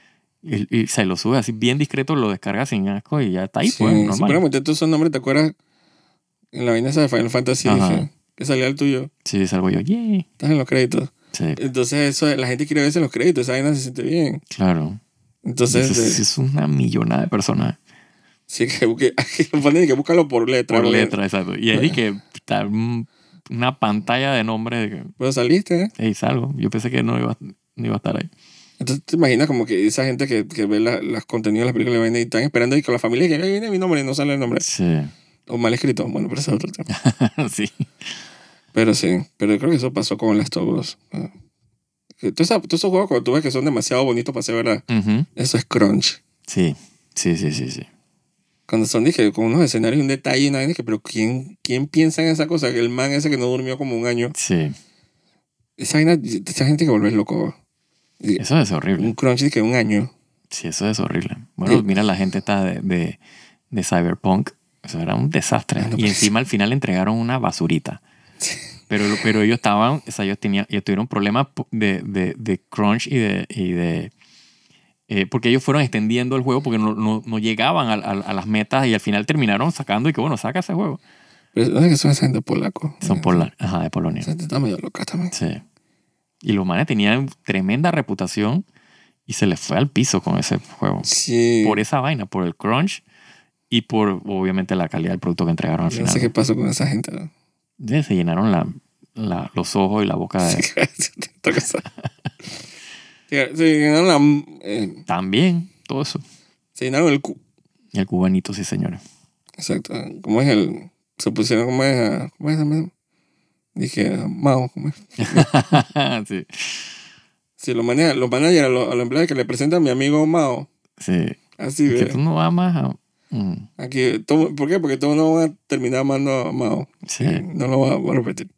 y se lo subes así bien discreto, lo descargas sin asco y ya está ahí, sí, pues, si normal. ponemos todos esos nombres, ¿te acuerdas? En la vaina esa de Final Fantasy, Ajá. dije, que salía el tuyo. Sí, salgo yo, yeah. Estás en los créditos. Sí, Entonces, eso, la gente quiere verse en los créditos, esa vaina se siente bien. claro. Entonces, Eso es una millonada de personas. sí que busque, lo ponen que búscalo por letra. Por porque- letra, exacto. Y es de que está una pantalla de nombre de que, Pero saliste, ¿eh? hey, salgo. Yo pensé que no iba a estar ahí. Entonces, te imaginas como que esa gente que ve los contenidos de las películas de vaina y están esperando y con la familia que ahí viene mi nombre y no sale el nombre. Sí. O mal escrito. Bueno, pero ese es otro tema. Sí. Pero sí, pero yo creo que eso pasó con Last of Us. Que todos esos juegos cuando tú ves que son demasiado bonitos para ser verdad, Ujú. eso es crunch. Sí. Sí. Cuando son, dije, con unos escenarios y un detalle y una vaina que, pero ¿quién piensa en esa cosa? Que el man ese que no durmió como 1 año. Sí. Esa vaina, esa gente que vuelve loco. Y Eso es horrible. un crunch de que 1 año. Sí, eso es horrible. Bueno, Sí. mira la gente esta de Cyberpunk. Eso era un desastre. Bueno, Y pues, encima al final entregaron una basurita. Pero ellos estaban, o sea, ellos tuvieron problemas de crunch porque ellos fueron extendiendo el juego porque no llegaban a las metas y al final terminaron sacando y que bueno, saca ese juego. Pero no es que son esa gente polaco. Son de Polonia. Esa gente está medio loca también. Sí. Y los manes tenían tremenda reputación y se les fue al piso con ese juego. Sí. Por esa vaina, por el crunch y por obviamente la calidad del producto que entregaron al Yo final. no sé qué pasó con esa gente. ¿No? Sí, se llenaron los ojos y la boca de... Sí, otra cosa. Se llenaron También, todo eso. se llenaron Y el cubanito, sí, señores. Exacto. ¿Cómo es el...? Se pusieron, ¿cómo es? ¿Cómo es? Dije, Mao, ¿cómo es? Sí. Sí, los managers a los empleados que le presentan a mi amigo Mao. Sí. Así, Que ve. tú no amas a... Aquí, ¿por qué? Porque todos no van a terminar amando a Mao. Sí. Y no lo voy a repetir.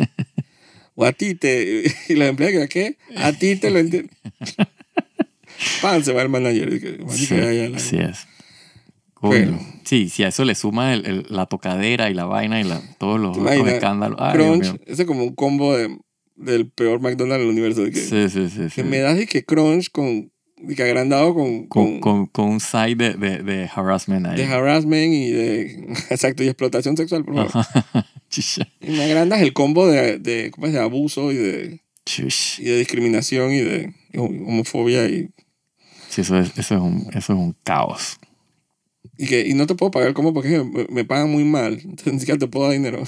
O a ti te... Y los empleados que, ¿qué? A ti te lo entiendo. pan, se va el manager. Y que, Sí, sí es. Pero, Coño. Sí, si a eso le suma la tocadera y la vaina y todos los ¿te otros imaginas? escándalos. Ay, Dios Crunch, mío. ese es como un combo del peor McDonald's del universo. De Sí, sí, sí, que sí. me das de que Crunch de que agrandado Con un side de harassment de ahí. harassment y exacto, y explotación sexual, por favor. Ajá. Chicha. Y me agrandas el combo ¿cómo es? De abuso Chush. y de discriminación y de homofobia Sí, eso es un caos. y no te puedo pagar el combo porque me pagan muy mal. Entonces ni siquiera te puedo dar dinero.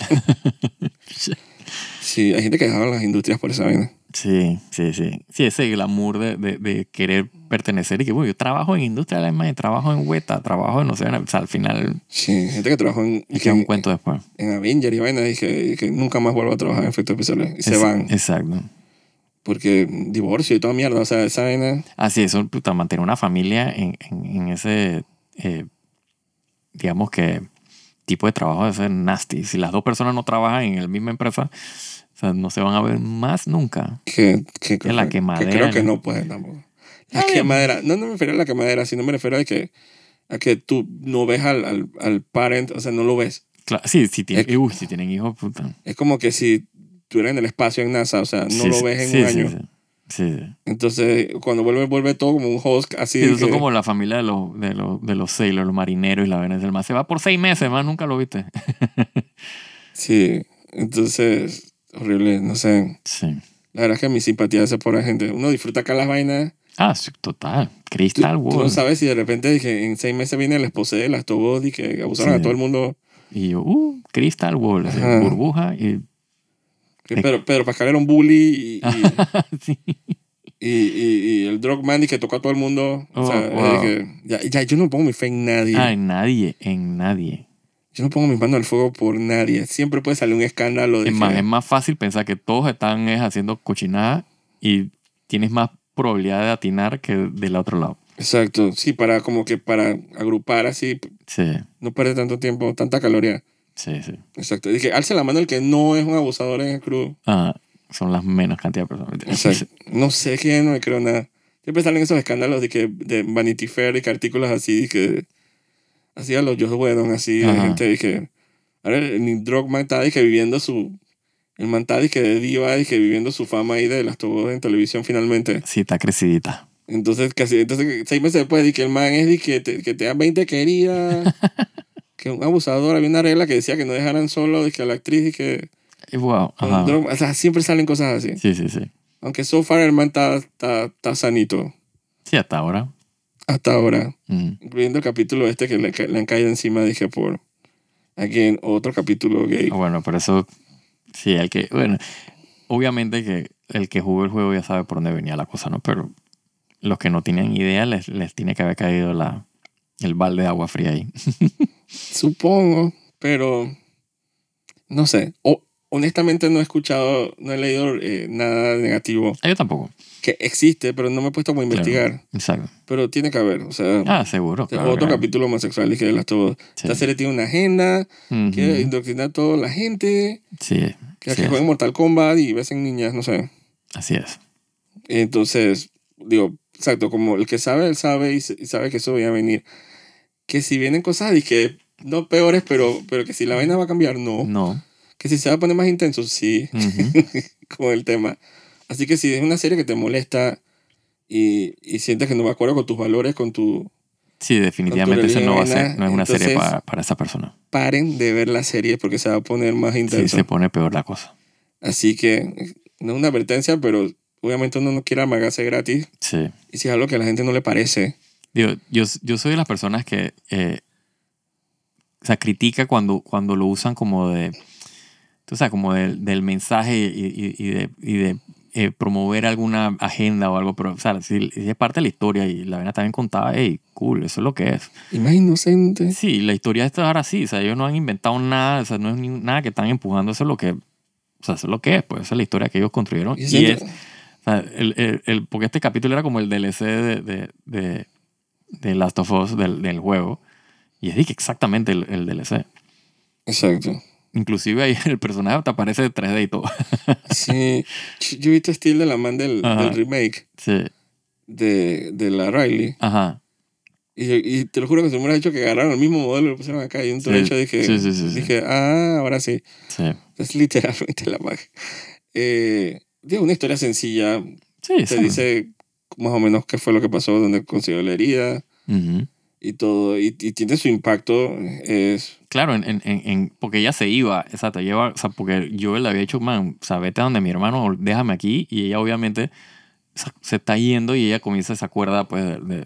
Sí, hay gente que dejaba las industrias por esa vaina. Sí, sí, sí. Sí, ese glamour de querer pertenecer y que, bueno, yo trabajo en industria de la imagen, trabajo en Weta, trabajo en no sé, o sea, al final Sí, gente que trabajó es que es un cuento después. en Avenger y vaina y que nunca más vuelvo a trabajar en efectos especiales. Y se van. Exacto. Porque divorcio y toda mierda. O sea, esa vaina. Así eso, puta, mantener una familia en ese, digamos que, tipo de trabajo debe ser nasty. Si las dos personas no trabajan en la misma empresa, o sea, no se van a ver más nunca. Que la quemadera. Que creo que no pueden tampoco. La quemadera. No me refiero a la quemadera, sino me refiero a que tú no ves al parent, o sea, no lo ves. Claro, sí, si tienen hijos, puta. Es como que si tú eres en el espacio en NASA, o sea, no lo ves en un año. Sí. Entonces, cuando vuelve todo como un host así. Sí, son como la familia de los sailors, los marineros y la vaina del mar. Se va por 6 meses, más nunca lo viste. Sí, entonces, horrible, no sé. Sí. La verdad es que mi simpatía es por la gente. Uno disfruta acá las vainas. Ah, sí, total. Crystal Tú no Wall. sabes si de repente dije, en 6 meses viene el esposo de las Tobos y que abusaron a todo el mundo. Y yo, Crystal Wall, así, burbuja y... Pedro Pascal era un bully sí. y el drugman y que tocó a todo el mundo. O sea, wow. ya yo no pongo mi fe en nadie. En nadie. Yo no pongo mis manos al fuego por nadie. Siempre puede salir un escándalo. Es más fácil pensar que todos están haciendo cochinada y tienes más probabilidad de atinar que del otro lado. Exacto. Sí, para agrupar así. Sí. No perder tanto tiempo, tanta caloría. Sí. Exacto. Dije, alce la mano el que no es un abusador en el crew. Son las menos cantidad de personas. Exacto. No sé qué, no me creo nada. Siempre salen esos escándalos de Vanity Fair y que artículos así, que así a los Joss Whedon, así, de gente, y que ahora el Neil Druckmann está viviendo el man está de diva, y que viviendo su fama ahí de las tobos en televisión finalmente. Sí, está crecidita. Entonces, 6 meses después, de que el man es que te dan 20 queridas, que un abusador, había una regla que decía que no dejaran solo de que a la actriz y que... Wow. O sea, siempre salen cosas así. Sí. Aunque so far el man está sanito. Sí, hasta ahora. Hasta ahora. Incluyendo el capítulo que le han caído encima, dije, por... Again, otro capítulo gay. Bueno, por eso... Sí, obviamente que el que jugó el juego ya sabe por dónde venía la cosa, ¿no? Pero los que no tienen idea les tiene que haber caído el balde de agua fría ahí. Supongo, pero... No sé. Honestamente no he leído nada negativo. Yo tampoco. Que existe, pero no me he puesto como a investigar. Claro, exacto. Pero tiene que haber, o sea... seguro. Claro, otro capítulo homosexual y que las todo. Sí. Esta serie tiene una agenda, quiere indoctrinar a toda la gente. Sí. Que jueguen Mortal Kombat y besen niñas, no sé. Así es. Entonces, digo, exacto, como el que sabe, él sabe y sabe que eso va a venir. Que si vienen cosas y que no peores, pero que si la vaina va a cambiar, no. No. Que si se va a poner más intenso, sí. Con el tema. Así que si es una serie que te molesta y sientes que no va de acuerdo con tus valores, con tu... Sí, definitivamente eso no es una serie para esa persona. Paren de ver la serie porque se va a poner más intenso. Sí, se pone peor la cosa. Así que no es una advertencia, pero obviamente uno no quiere amagarse gratis. Sí. Y si es algo que a la gente no le parece. Digo, yo soy de las personas que critica cuando lo usan como de... O sea, como del mensaje y de promover alguna agenda o algo, pero o sea, si es parte de la historia y la vaina está bien contada, hey, cool, eso es lo que es. Y más inocente. Sí, la historia es ahora sí, o sea, ellos no han inventado nada, o sea, no es nada que están empujando, eso es lo que, o sea, eso es lo que es, pues esa es la historia que ellos construyeron. Y es, o sea, porque este capítulo era como el DLC de Last of Us del juego, y es exactamente el DLC. Exacto. Inclusive ahí el personaje te aparece de 3D y todo. Sí. Yo he visto Steel de la man del remake. Sí. de la Riley. Ajá. Y te lo juro que se me hubiera hecho que agarraron el mismo modelo y lo pusieron acá. Y un Sí, hecho dije, sí. ahora sí. Sí. Es literalmente la magia. Digo, una historia sencilla. Sí, Te dice más o menos qué fue lo que pasó, dónde consiguió la herida Ujú. y todo. Y tiene su impacto. Claro, porque ella se iba, exacto, lleva, o sea, porque yo le había dicho, man, o sea, vete a donde mi hermano, déjame aquí, y ella obviamente se está yendo y ella comienza, se acuerda, pues,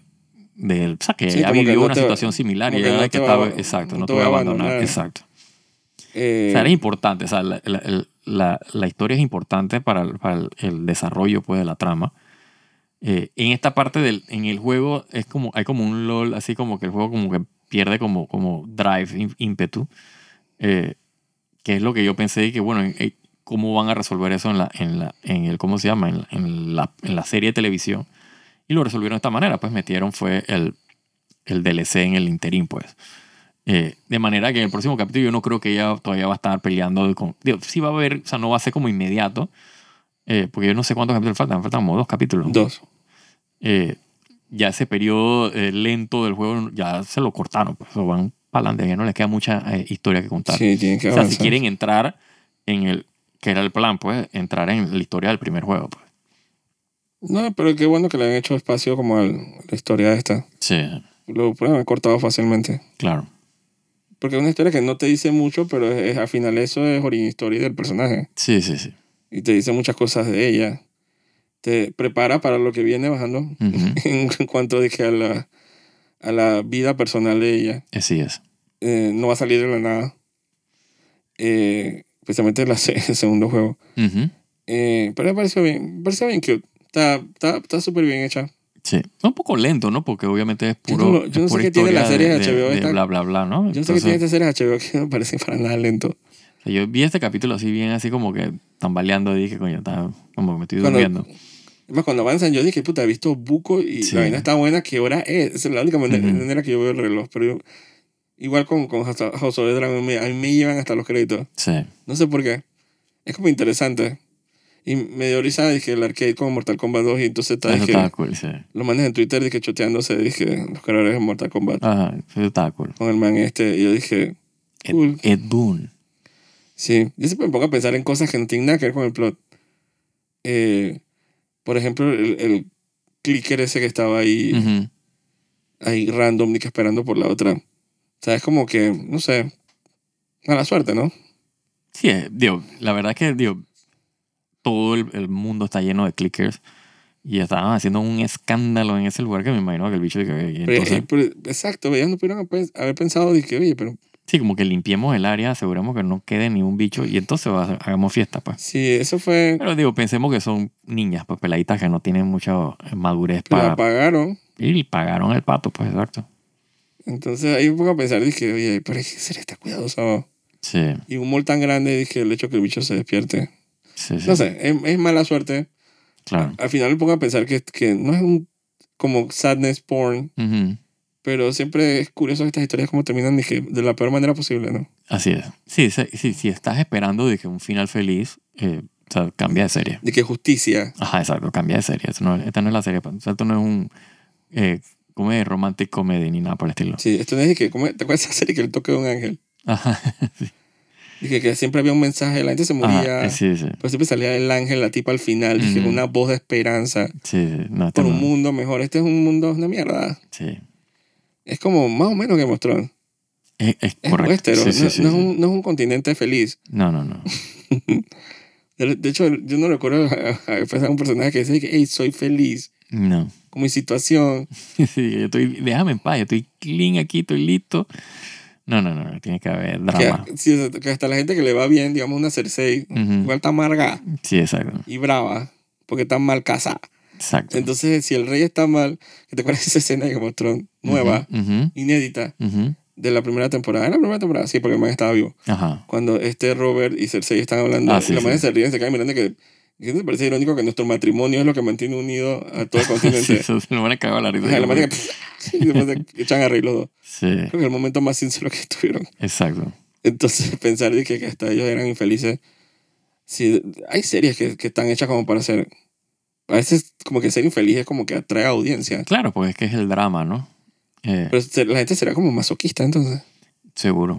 o sea, que Sí, ella como que vivió no una te, situación similar y como que ella era no la que te va, estaba, exacto, no no te te voy voy a a abandonar, abandonar. exacto. O sea, era importante, o sea, la historia es importante para el desarrollo, pues, de la trama. En esta parte en el juego es como, hay como un LOL, así como que el juego como que pierde como drive, ímpetu, eh, que es lo que yo pensé que, bueno, cómo van a resolver eso en el, ¿cómo se llama? En la serie de televisión. Y lo resolvieron de esta manera, pues metieron fue el DLC en el interín, pues. De manera que en el próximo capítulo yo no creo que ella todavía va a estar peleando con... Digo, sí va a haber, o sea, no va a ser como inmediato, porque yo no sé cuántos capítulos faltan como 2 capítulos. 2. Eh, ya ese periodo lento del juego ya se lo cortaron, pues o van para adelante, ya no les queda mucha historia que contar. Sí, tienen que O sea, si avanzar. quieren entrar que era el plan, pues, entrar en la historia del primer juego, pues. No, pero qué bueno que le han hecho espacio como a la historia esta. Sí, Lo pueden haber cortado fácilmente. claro. Porque es una historia que no te dice mucho, pero al final eso es origin story del personaje. Sí. Y te dice muchas cosas de ella. Te prepara para lo que viene bajando Ujú. en cuanto dije a la vida personal de ella. Así es. No va a salir de la nada. Especialmente el segundo juego. Ujú. Pero me pareció bien cute. Está súper bien hecha. Sí. Un poco lento, ¿no? Porque obviamente es Yo no sé pura qué tiene historia la serie de HBO de esta. bla, bla, bla, ¿no? Yo no sé qué tiene Entonces, esta serie de HBO que no parece para nada lento. o sea, yo vi este capítulo así bien, así como que tambaleando y dije, coño, como que me estoy Cuando, durmiendo. además, cuando avanzan, yo dije, puta, he visto Buco y la Sí. vaina está buena. ¿Qué hora es? Esa es la única Ujú. manera que yo veo el reloj. Pero igual con House of the Dragon, a mí me llevan hasta los créditos. Sí. No sé por qué. Es como interesante. Y me dio risa, dije, el arcade con Mortal Kombat 2. Y entonces está, Eso estaba dije, cool, sí. lo mandas en Twitter, dije, choteándose, dije, los creadores de Mortal Kombat. Ajá, eso estaba cool. Con el man este. Y yo dije, cool. Ed Boon. Sí. Yo siempre me pongo a pensar en cosas que no tienen nada que ver con el plot. Por ejemplo, el clicker ese que estaba ahí, Ujú. ahí random, ni que esperando por la otra. O sea, es como que, no sé, mala suerte, ¿no? Sí, digo, la verdad es que digo, todo el mundo está lleno de clickers y estaban haciendo un escándalo en ese lugar que me imagino que el bicho y entonces, Exacto, ellos no pudieron haber pensado, dije, oye, pero sí, como que limpiemos el área, aseguremos que no quede ni un bicho y entonces hagamos fiesta, pues. sí, eso fue, Pero digo, pensemos que son niñas, pues peladitas que no tienen mucha madurez pero la para... pagaron. Y pagaron el pato, pues exacto. Entonces ahí me pongo a pensar, dije, oye, pero hay que ser esta cuidadoso. Sí, Y un mall tan grande, dije, el hecho que el bicho se despierte. sí, No sé, es mala suerte. claro. Al final me pongo a pensar que no es un como sadness porn, Ujú. pero siempre es curioso estas historias como terminan, dije, de la peor manera posible, ¿no? Así es. Sí, si estás esperando de que un final feliz, o sea, cambia de serie. De que justicia. Ajá, exacto, cambia de serie. Esta no es la serie. O sea, esto no es un como de romantic comedy ni nada por el estilo. Sí, esto no es de que, ¿te acuerdas de esa serie que el toque de un ángel? Ajá, sí. Dije que siempre había un mensaje, la gente se Ajá, moría, sí. pero siempre salía el ángel, la tipa al final, dije, Ujú. una voz de esperanza Sí, no, por un mundo mejor. Este es un mundo, una mierda. Sí, Es como más o menos Game of Thrones. es Es correcto. Westeros, Sí. no es un continente feliz. No. De hecho, yo no recuerdo a un personaje que decía que, hey, soy feliz, No. con mi situación. Sí, déjame en paz, yo estoy clean aquí, estoy listo. No, tiene que haber drama. Sí, o sea, que hasta la gente que le va bien, digamos una Cersei, Ujú. igual está amarga Sí, exacto. y brava, porque está mal casada. Exacto. Entonces, si el rey está mal, ¿te acuerdas de esa escena de Game of Thrones nueva, Ujú. inédita, Ujú. de la primera temporada? ¿En la primera temporada? Sí, porque el man estaba vivo. Ajá. Cuando Robert y Cersei están hablando, Ah, y sí, la man sí. se ríe, se cae mirando que te parece irónico que nuestro matrimonio es lo que mantiene unido a todo el Sí, continente. eso se lo van a cagar la risa. Ajá, la man que, y después se echan a reír los dos. Sí, Creo que es el momento más sincero que tuvieron. exacto. Entonces, pensar de que hasta ellos eran infelices. Sí, hay series que están hechas como para ser a veces como que ser infeliz es como que atrae audiencia. Claro, porque es que es el drama, ¿no? Pero la gente será como masoquista entonces. Seguro.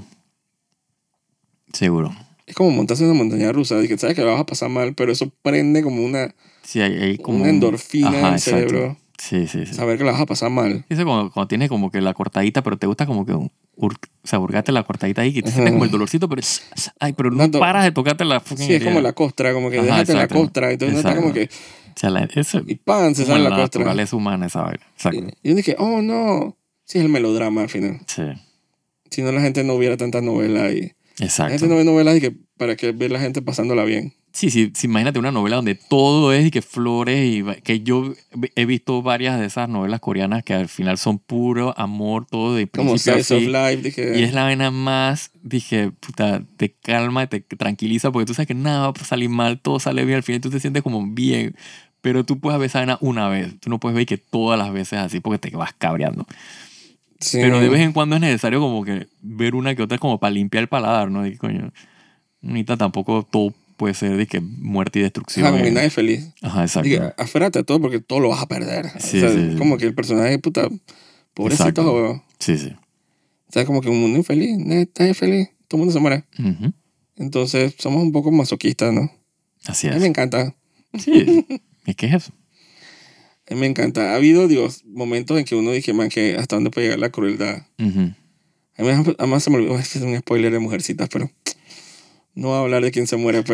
Seguro. Es como montarse en una montaña rusa, de que sabes que la vas a pasar mal, pero eso prende como una Sí, hay como una endorfina en el exacto. cerebro. Sí. Saber que la vas a pasar mal. Eso cuando tienes como que la cortadita, pero te gusta como que o sea, hurgarte la cortadita ahí, que te sientes como el dolorcito, pero pero no paras de tocarte la fucking Sí, es como herida. la costra, como que Ajá, déjate la exacto. costra. Entonces uno está como que... O sea, eso Y ¡pam! Se como sale en la la costra. naturaleza humana esa vaina. Exacto. Y uno dice, oh no. Sí, es el melodrama al final. Sí, Si no, la gente no hubiera tantas novelas. Y la gente exacto. no ve novelas y que para que ver la gente pasándola bien. Sí, imagínate una novela donde todo es y que flores y que yo he visto varias de esas novelas coreanas que al final son puro amor, todo de Como principio a Slice of fin. Life. Y Dije, es la vaina más, dije, puta, te calma y te tranquiliza porque tú sabes que nada va a salir mal, todo sale bien, al final tú te sientes como bien. Pero tú puedes ver esa vaina una vez, tú no puedes ver que todas las veces así porque te vas cabreando. sí. Pero de vez en cuando es necesario como que ver una que otra como para limpiar el paladar, ¿no? Y coño, ahorita tampoco todo puede ser de que muerte y destrucción. Ajá, como que nadie es feliz. Ajá, exacto. Dije, afuérate de todo porque todo lo vas a perder. Sí, O sea, sí. como que el personaje, puta, pobrecito, Exacto. huevón. Sí. O sea, como que un mundo infeliz, nadie es feliz, todo el mundo se muere. Ujú. Entonces, somos un poco masoquistas, ¿no? Así A mí me es. encanta. Sí. Es que es eso. A mí me encanta. Ha habido, digo, momentos en que uno dice, man, que hasta dónde puede llegar la crueldad. Ujú. A mí además se me olvidó, es que es un spoiler de Mujercitas, pero no voy a hablar de quién se muere,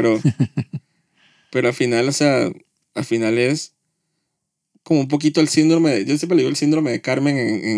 pero al final, o sea, al final es como un poquito el síndrome, yo siempre le digo el síndrome de Carmen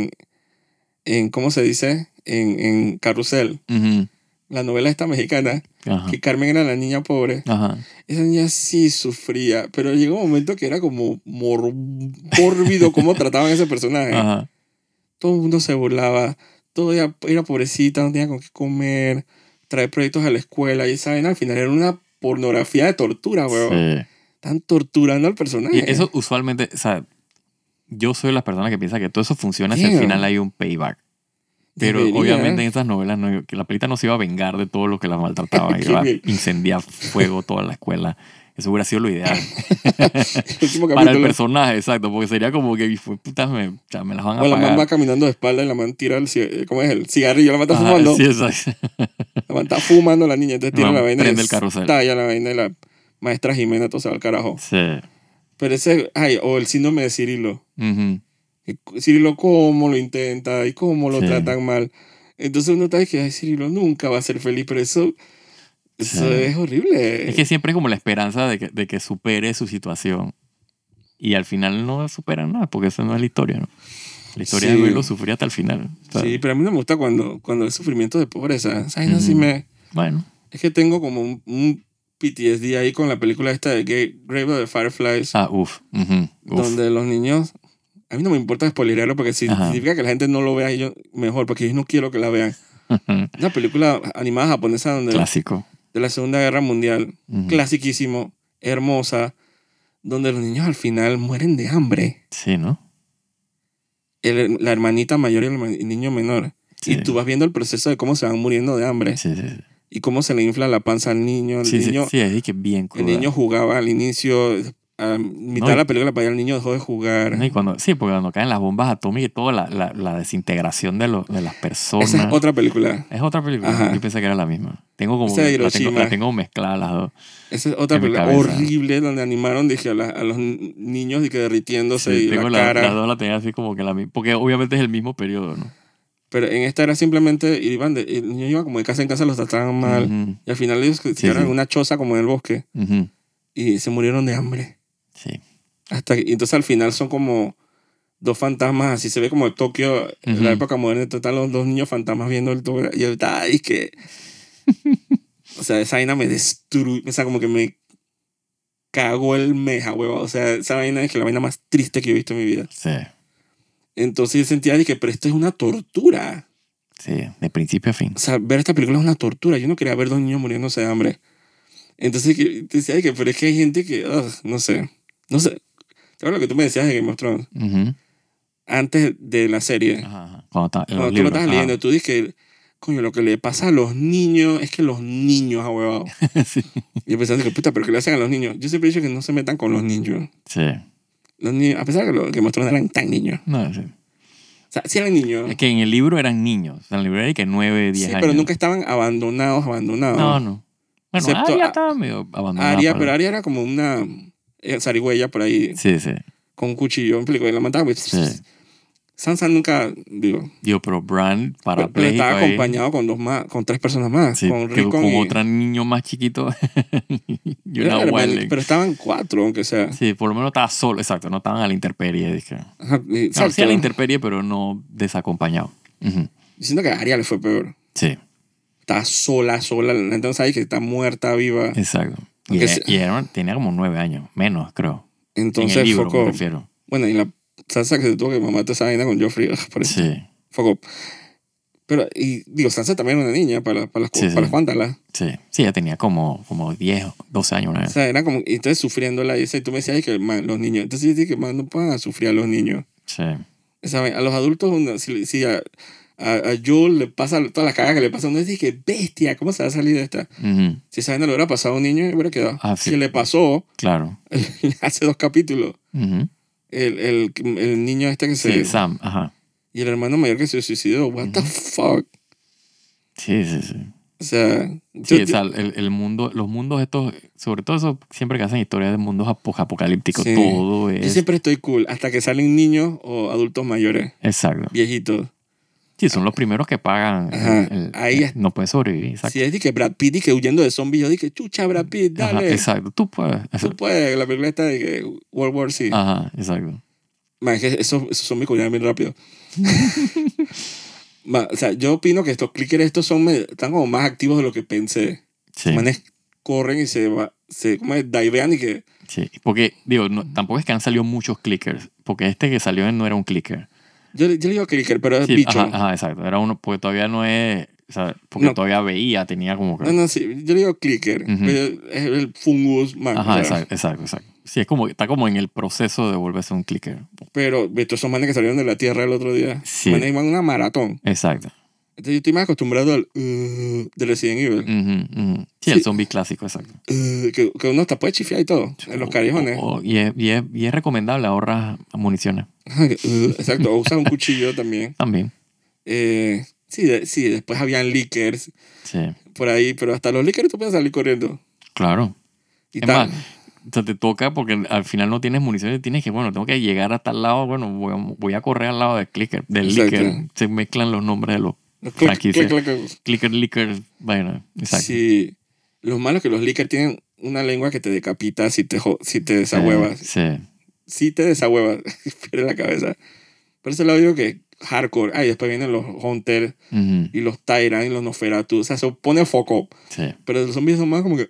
en ¿cómo se dice? En Carrusel, Ujú. la novela esta mexicana, Ajá. que Carmen era la niña pobre. Ajá. Esa niña sí sufría, pero llegó un momento que era como mórbido cómo trataban a ese personaje. Ajá. Todo el mundo se burlaba, todo era pobrecita, no tenía con qué comer, traer proyectos a la escuela, y saben, al final era una pornografía de tortura, weón. Sí. Están torturando al Y personaje. eso usualmente, o sea, yo soy la persona que piensa que todo eso funciona si al final Damn. hay un payback. Pero Debería. obviamente en estas novelas no, que la pelita no se iba a vengar de todo lo que la maltrataba, Qué iba a bien. incendiar fuego toda la escuela. Eso hubiera sido lo ideal. El último Para el capítulo. personaje, exacto, porque sería como que, putas, o sea, me las van a O la man pagar. va caminando de espalda y la man tira ¿cómo es? El cigarrillo, la man está Ajá, fumando. sí, exacto. La man está fumando la niña, entonces tira la vaina y Prende el carrusel. estalla la vaina y la maestra Jimena todo se va al carajo. Sí. Pero ese, o el síndrome de Cirilo. Ujú. Cirilo cómo lo intenta y cómo lo Sí. tratan mal. Entonces uno está diciendo que ay, Cirilo nunca va a ser feliz, pero eso Sí. es horrible. Es que siempre hay como la esperanza de que supere su situación. Y al final no supera nada, porque esa no es la historia, ¿no? La historia Sí. de verlo sufrir hasta el final. O sea, Sí, pero a mí no me gusta cuando es sufrimiento de pobreza. ¿Sabes? No, sí ujú. Bueno. es que tengo como un PTSD ahí con la película esta de Grave of the Fireflies, Uf. donde los niños... A mí no me importa spoilerarlo porque si Ajá. significa que la gente no lo vea, yo mejor, porque yo no quiero que la vean. Una película animada japonesa donde Clásico. de la Segunda Guerra Mundial, Ujú. clasiquísimo, hermosa, donde los niños al final mueren de hambre. Sí, ¿no? La hermanita mayor y el niño menor. Sí. Y tú vas viendo el proceso de cómo se van muriendo de hambre. Sí. Y cómo se le infla la panza al niño. El Sí, niño, es de que bien el cruda. niño jugaba al inicio, a mitad de la película para allá el niño dejó de jugar. No, porque cuando caen las bombas atómicas y toda la desintegración de las personas. Esa es otra película. Es otra película. Ajá. Yo pensé que era la misma. Tengo como Esa de la tengo, Hiroshima. la tengo mezcladas las dos. Esa es otra en mi película cabeza. horrible donde animaron dije, a los niños de que derritiéndose Sí, y tengo la cara. las dos la tenía así como que la misma. Porque obviamente es el mismo periodo, ¿no? Pero en esta era simplemente, el niño iba como de casa en casa, los trataban mal. Ujú. Y al final ellos se quedaron sí. en una choza como en el bosque. Ujú. Y se murieron de hambre. Sí. Y entonces al final son como dos fantasmas, así se ve como Tokio, en la Ujú. época moderna, están los dos niños fantasmas viendo el Tokio. Y yo, ay, que... o sea, esa vaina me destruyó, o sea, como que me cagó el meja, hueva. O sea, esa vaina es que la vaina más triste que yo he visto en mi vida. Sí. Entonces yo sentía, dije, pero esto es una tortura. Sí, de principio a fin. O sea, ver esta película es una tortura. Yo no quería ver dos niños muriéndose de hambre. Entonces decía, que, pero es que hay gente que, no sé. ¿Sabes lo que tú me decías de Game of Thrones? Ujú. Antes de la serie. Ajá. Cuando Cuando tú lo estás leyendo, tú dices que coño, lo que le pasa a los niños es que los niños, ahuevados. Sí. Y yo pensando que, puta, ¿pero qué le hacen a los niños? Yo siempre he dicho que no se metan con los niños. Sí. Los niños, a pesar de que los que mostraron eran tan niños. No, sí. O sea, sí eran niños. Es que en el libro eran niños. En el libro era que 9, 10 Sí, años. pero nunca estaban abandonados. No, no. Bueno, Excepto Arya estaba medio abandonada. Arya, por pero ahí. Arya era como una zarigüeya por ahí Sí, sí. con un cuchillo, me explico, y la mataba. Pues, Sí. Sansa nunca, digo, Digo, pero Bran pero parapléjico estaba ahí. acompañado con dos más, con 3 personas más, Sí, con que Rickon con y... otro niño más chiquito y una Wildling. Pero estaban 4, aunque sea. Sí, por lo menos estaba solo, exacto, no estaban a la intemperie. Dije. Ajá, Claro, exacto. sí a la intemperie, pero no desacompañado. Ujú. Diciendo que a Arya le fue peor. Sí, Está sola, la gente no sabe que está muerta, viva. exacto. Aunque Tenía como 9 años, menos creo. Entonces, en el libro, foco. me refiero. Bueno, y la Sansa que se tuvo que mamar toda esa vaina con Joffrey, por eso. Sí, Foco. Pero, y digo, Sansa también era una niña para Sí, las sí. cuántalas. sí. Sí, ella tenía como 10, 12 años. Una O vez. sea, era como, y entonces sufriéndola, y tú me decías ay, que man, los niños. Entonces yo dije que man, no puedan sufrir a los niños. Sí, ¿Saben? A los adultos, si a Joel le pasa todas las cagas que le pasan, uno dice que bestia, ¿cómo se va a salir de esta? Ujú. Si esa vaina le hubiera pasado a un niño, hubiera quedado. Ah, sí. Si le pasó Claro. hace 2 capítulos, Ujú. el niño este que se... Sí, Sam, ajá. Y el hermano mayor que se suicidó, what the fuck? Sí, sí, sí. O sea, Sí, o sea, el mundo, los mundos estos, sobre todo eso, siempre que hacen historias de mundos apocalípticos, Sí. todo yo es... siempre estoy cool hasta que salen niños o adultos mayores, Exacto. viejitos. Sí, son los primeros que pagan. Ajá, ahí es. No puedes sobrevivir, exacto. Si es de que Brad Pitt y que huyendo de zombies, yo dije, chucha, Brad Pitt, Ajá, dale. exacto. Tú puedes. Tú puedes, la película esta de que World War Z. Ajá, exacto. Man, es que esos zombies corrían bien rápido. Man, o sea, yo opino que estos clickers estos están como más activos de lo que pensé. Sí, Los manes corren y ¿cómo es? Divean y que... sí. Porque, digo, tampoco es que han salido muchos clickers, porque este que salió no era un clicker. Yo le digo clicker, pero es Sí, bicho. ajá, exacto. Era uno, porque todavía no es... O sea, porque No. todavía veía, tenía como que... No, sí, yo le digo clicker. Ujú. Pero es el fungus, man. Ajá, o sea, exacto. Sí, está como en el proceso de volverse un clicker. Pero estos son manes que salieron de la Tierra el otro día. Sí. Manes iban a una maratón. Exacto. Entonces yo estoy más acostumbrado al de Resident Evil. Ujú, ujú. Sí, Sí. el zombie clásico, exacto. Que uno hasta puede chifiar y todo. En los callejones. Y es recomendable ahorrar municiones. Ajá, exacto. O usar un cuchillo también. También. Sí, después habían leakers Sí, por ahí. Pero hasta los leakers tú puedes salir corriendo. claro. Y Es tal. más, o sea, te toca porque al final no tienes municiones, tienes que, bueno, tengo que llegar hasta el lado, bueno, voy a correr al lado del clicker, del Exacto. leaker. Se mezclan los nombres de los Los click, franquicias. click, click. Clicker, leaker, bueno, exacto. Sí. Lo malo es que los leakers tienen una lengua que te decapita si te desahuevas. Sí, Sí te desahuevas. Pierde la cabeza. Por eso le digo que hardcore. Ah, y después vienen los Hunters ujú, y los Tyrant y los Nosferatu. O sea, se pone foco. sí. Pero los zombies son más como que...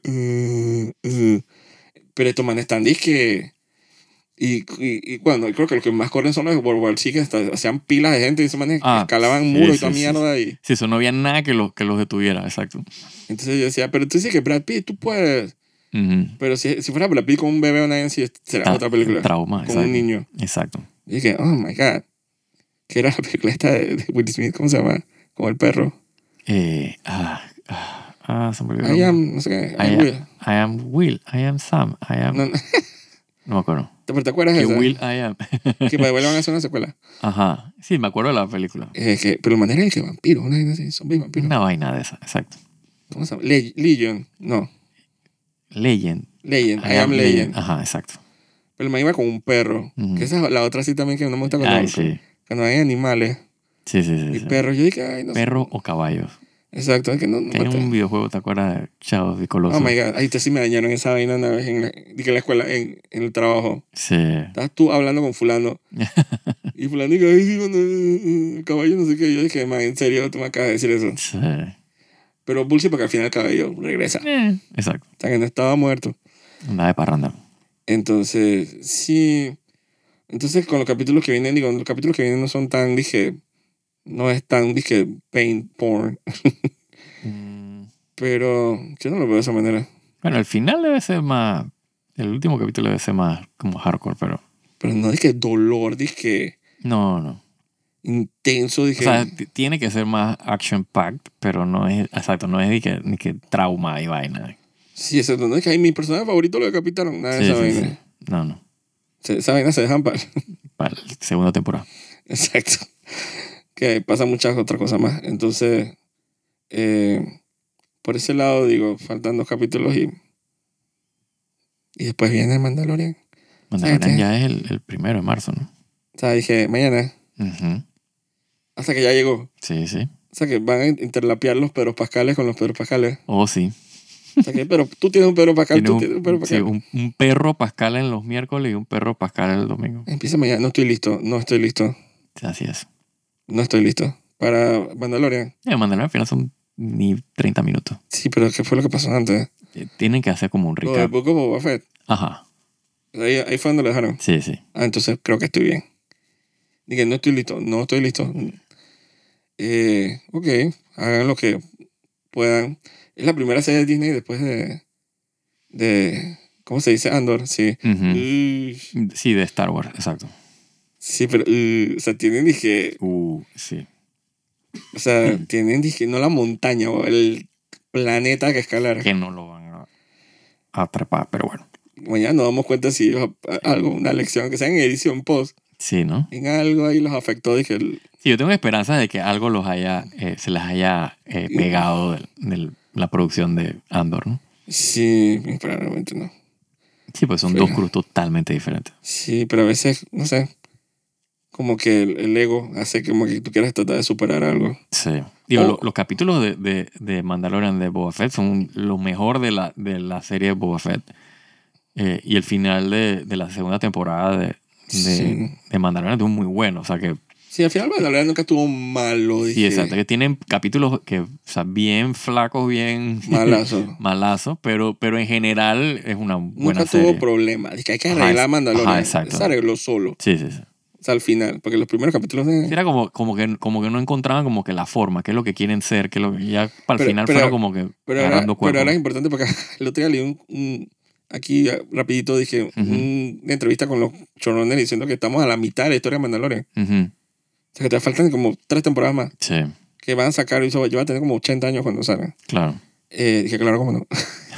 Pero estos manes están disque... Y bueno, creo que los que más corren son los de World War Z, que hasta hacían pilas de gente y esos manes escalaban sí, muros y sí, toda sí. mierda. Y Sí, eso no había nada que los detuviera, exacto. entonces yo decía, pero tú dices que Brad Pitt, tú puedes... Ujú. Pero si fuera Brad Pitt con un bebé o una sí, será otra película. Trauma, Con exacto. un niño. Exacto. Y dije, oh my God. ¿Qué era la película esta de Will Smith? ¿Cómo se llama? Como el perro. Se me olvidó. I am, no sé qué. I I am, will. I am Will, I am Sam, I am... No, No me acuerdo. ¿Te acuerdas de Que esa? Will, I am. Que para van a hacer una secuela. Ajá. Sí, me acuerdo de la película. Pero manera de que vampiros, una vaina así, zombies vampiros. Una vaina de esa, exacto. ¿Cómo se llama? Legion. No. Legend. Legend. I am Legend. Ajá, exacto. Pero me iba con un perro. Ujú. Que esa es la otra sí también que no me gusta Ay, sí. cuando hay animales Sí. y perros. Yo dije, ay, no sé. Perro o caballos. Exacto, es que no Tenía un videojuego, ¿te acuerdas de Shadow of the Colossus? Oh my God, ahí te sí me dañaron esa vaina una vez en la escuela, en el trabajo. Sí. Estabas tú hablando con fulano. Y fulano dice, ay, sí, cuando el caballo no sé qué. Yo dije, man, en serio, tú me acabas de decir eso. Sí. Pero bullshit porque al final el caballo regresa. Exacto. O sea, que no estaba muerto. Andaba de parranda. Entonces, sí. Entonces, con los capítulos que vienen, los capítulos que vienen no son tan, no es tan, pain porn. Pero yo no lo veo de esa manera. Bueno, el final debe ser más... El último capítulo debe ser más como hardcore, pero... Pero no dolor, No. intenso. Dije, O sea, tiene que ser más action-packed, pero no es, exacto, no es ni que trauma y vaina. sí, eso no es que mi personaje favorito lo decapitaron. Nada de Sí, esa sí, vaina. sí. No. Esa vaina se dejan para. Para la segunda temporada. Exacto. Que pasa muchas otras cosas más. Entonces, por ese lado, digo, faltan 2 capítulos y después viene Mandalorian. Mandalorian ya es el 1 de marzo, ¿no? O sea, dije, mañana. Ujú. Hasta que ya llegó. Sí, sí. O sea, que van a interlapear los Pedro Pascales con los Pedro Pascales. Oh, sí. O sea, que, pero tú tienes un Pedro Pascal, tú tienes un Pedro Sí, Pascal. un perro Pascal en los miércoles y un perro Pascal el domingo. Empieza mañana. No estoy listo. Así es. No estoy listo. Para Mandalorian. Mandalorian al final son ni 30 minutos. Sí, pero ¿qué fue lo que pasó antes? Tienen que hacer como un Lo de recap. Book of Boba Fett. Ajá. Ahí fue donde lo dejaron. Sí, sí. Entonces creo que estoy bien. Dije, no estoy listo. No estoy listo. Ok, hagan lo que puedan. Es la primera serie de Disney después de ¿cómo se dice? Andor, sí. Ujú. Sí, de Star Wars, exacto. Sí, pero, o sea, tienen, dije, Sí. o sea, tienen, dije, no la montaña, o el planeta que escalar. Que no lo van a atrapar, pero bueno. Mañana nos damos cuenta si ellos, algo, una lección, que sea en edición post, Sí, ¿no? en algo ahí los afectó, dije, Sí, yo tengo esperanzas de que algo se les haya pegado de la producción de Andor, ¿no? sí, probablemente no. Sí, pues son dos crews totalmente diferentes. Sí, pero a veces, no sé, como que el ego hace como que tú quieras tratar de superar algo. Sí. Digo, los capítulos de Mandalorian de Boba Fett son lo mejor de la serie de Boba Fett. Y el final de la segunda temporada Sí. de Mandalorian es muy bueno. O sea que... Sí, al final Mandalorian nunca estuvo malo, dije. Sí, exacto. Que tienen capítulos que, o sea, bien flacos, bien... Malazo. malazo, pero en general es una buena Nunca serie. tuvo problemas. Dije, hay que arreglar Mandalorian. Ajá, exacto. Se arregló solo. Sí. O sea, al final, porque los primeros capítulos de... Sí, era como que no encontraban como que la forma, qué es lo que quieren ser, qué es lo que ya para el final fueron como que agarrando cuerpo. Pero ahora es importante porque el otro día leí aquí rapidito dije, una entrevista con los showrunners diciendo que estamos a la mitad de la historia de Mandalorian. Ujú. O sea, que te faltan como 3 temporadas más. Sí, Que van a sacar, y eso va a tener como 80 años cuando salgan. claro. Dije, claro, cómo no.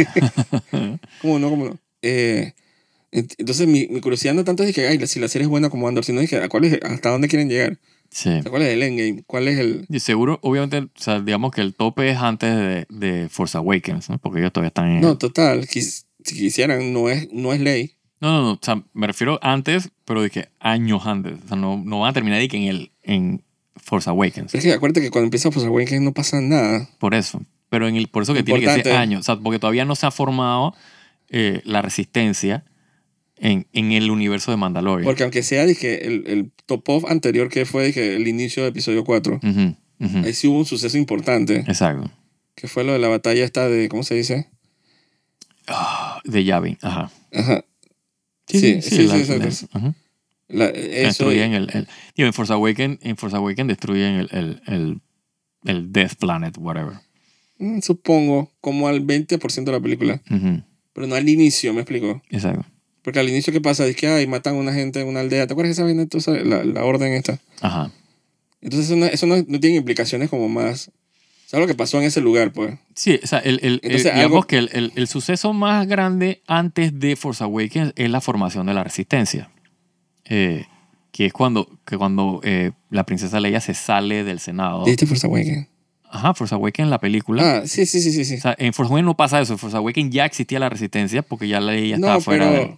¿Cómo no? Entonces mi curiosidad no tanto es que, ay, si la serie es buena como Andor, sino dije, ¿hasta dónde quieren llegar? Sí. O sea, ¿cuál es el endgame? ¿Cuál es el...? Y seguro, obviamente, o sea, digamos que el tope es antes de Force Awakens, ¿no? Porque ellos todavía están en... No, total. Si quisieran, no es ley. No, o sea, me refiero antes, pero de que años antes. O sea, no van a terminar de que en Force Awakens. Pero es que acuérdate que cuando empieza Force Awakens no pasa nada. Por eso. Pero por eso que tiene que ser años. O sea, porque todavía no se ha formado la resistencia en el universo de Mandalorian. Porque aunque sea, dije, el top-off anterior que fue, dije, el inicio de episodio 4, ahí sí hubo un suceso importante. Exacto. Que fue lo de la batalla esta de, ¿cómo se dice? De Yavin, ajá. Ajá. Sí, exacto. Eso. Destruyen digo, en Force Awakens destruyen el Death Planet, whatever. Supongo, como al 20% de la película. Pero no al inicio, ¿me explico? Exacto. Porque al inicio, ¿qué pasa? Dice que matan a una gente en una aldea. ¿Te acuerdas de esa vaina? Entonces, la orden esta. Ajá. Entonces, eso no tiene implicaciones como más... ¿Sabes lo que pasó en ese lugar, pues? Sí, o sea, digamos que el suceso más grande antes de Force Awakens es la formación de la Resistencia. Que es cuando la princesa Leia se sale del Senado. ¿Viste Force Awakens? Ajá, Force Awakens, la película. Sí. O sea, en Force Awakens no pasa eso. En Force Awakens ya existía la Resistencia porque ya Leia estaba fuera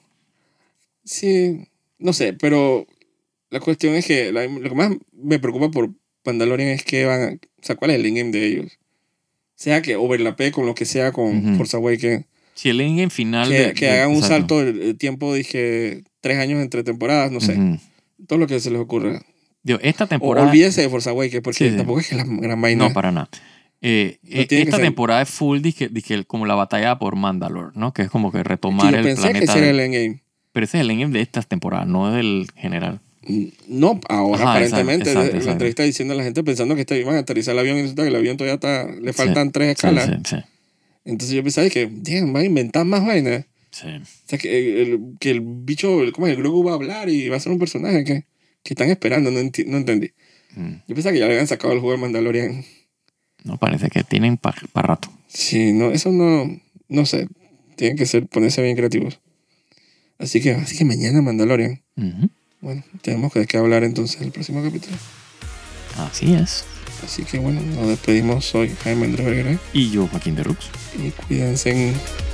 Sí, no sé, pero la cuestión es que lo que más me preocupa por Mandalorian es que o sea, ¿cuál es el endgame de ellos? Sea que overlapee con lo que sea con Force Awakens. Sí, el endgame final. Que hagan un salto de tiempo, dije, 3 años entre temporadas, no sé. Todo lo que se les ocurra. Digo, esta temporada... O olvídese de Force Awakens, porque tampoco es que la gran vaina. No, para nada. Esta temporada es full, dije, como la batalla por Mandalore, ¿no? Que es como que retomar el planeta. Yo pensé que ese era el endgame. Pero ese es el endgame de estas temporadas, no del general. No, ahora aparentemente. Exacto. La entrevista diciendo a la gente pensando que iban a aterrizar el avión y resulta que el avión todavía le faltan 3 escalas. Sí. Entonces yo pensaba que, van a inventar más vainas. Sí. O sea, que el bicho, ¿cómo es? El Grogu va a hablar y va a ser un personaje que están esperando, no entendí. Yo pensaba que ya le habían sacado el juego al Mandalorian. No, parece que tienen para rato. Sí, no, eso no sé. Tienen que ponerse bien creativos. Así que mañana Mandalorian. Bueno, tenemos que hablar entonces el próximo capítulo. Así es. Así que bueno, nos despedimos. Soy Jaime Andrés Vergara. Y yo, Joaquín de Rux. Y cuídense.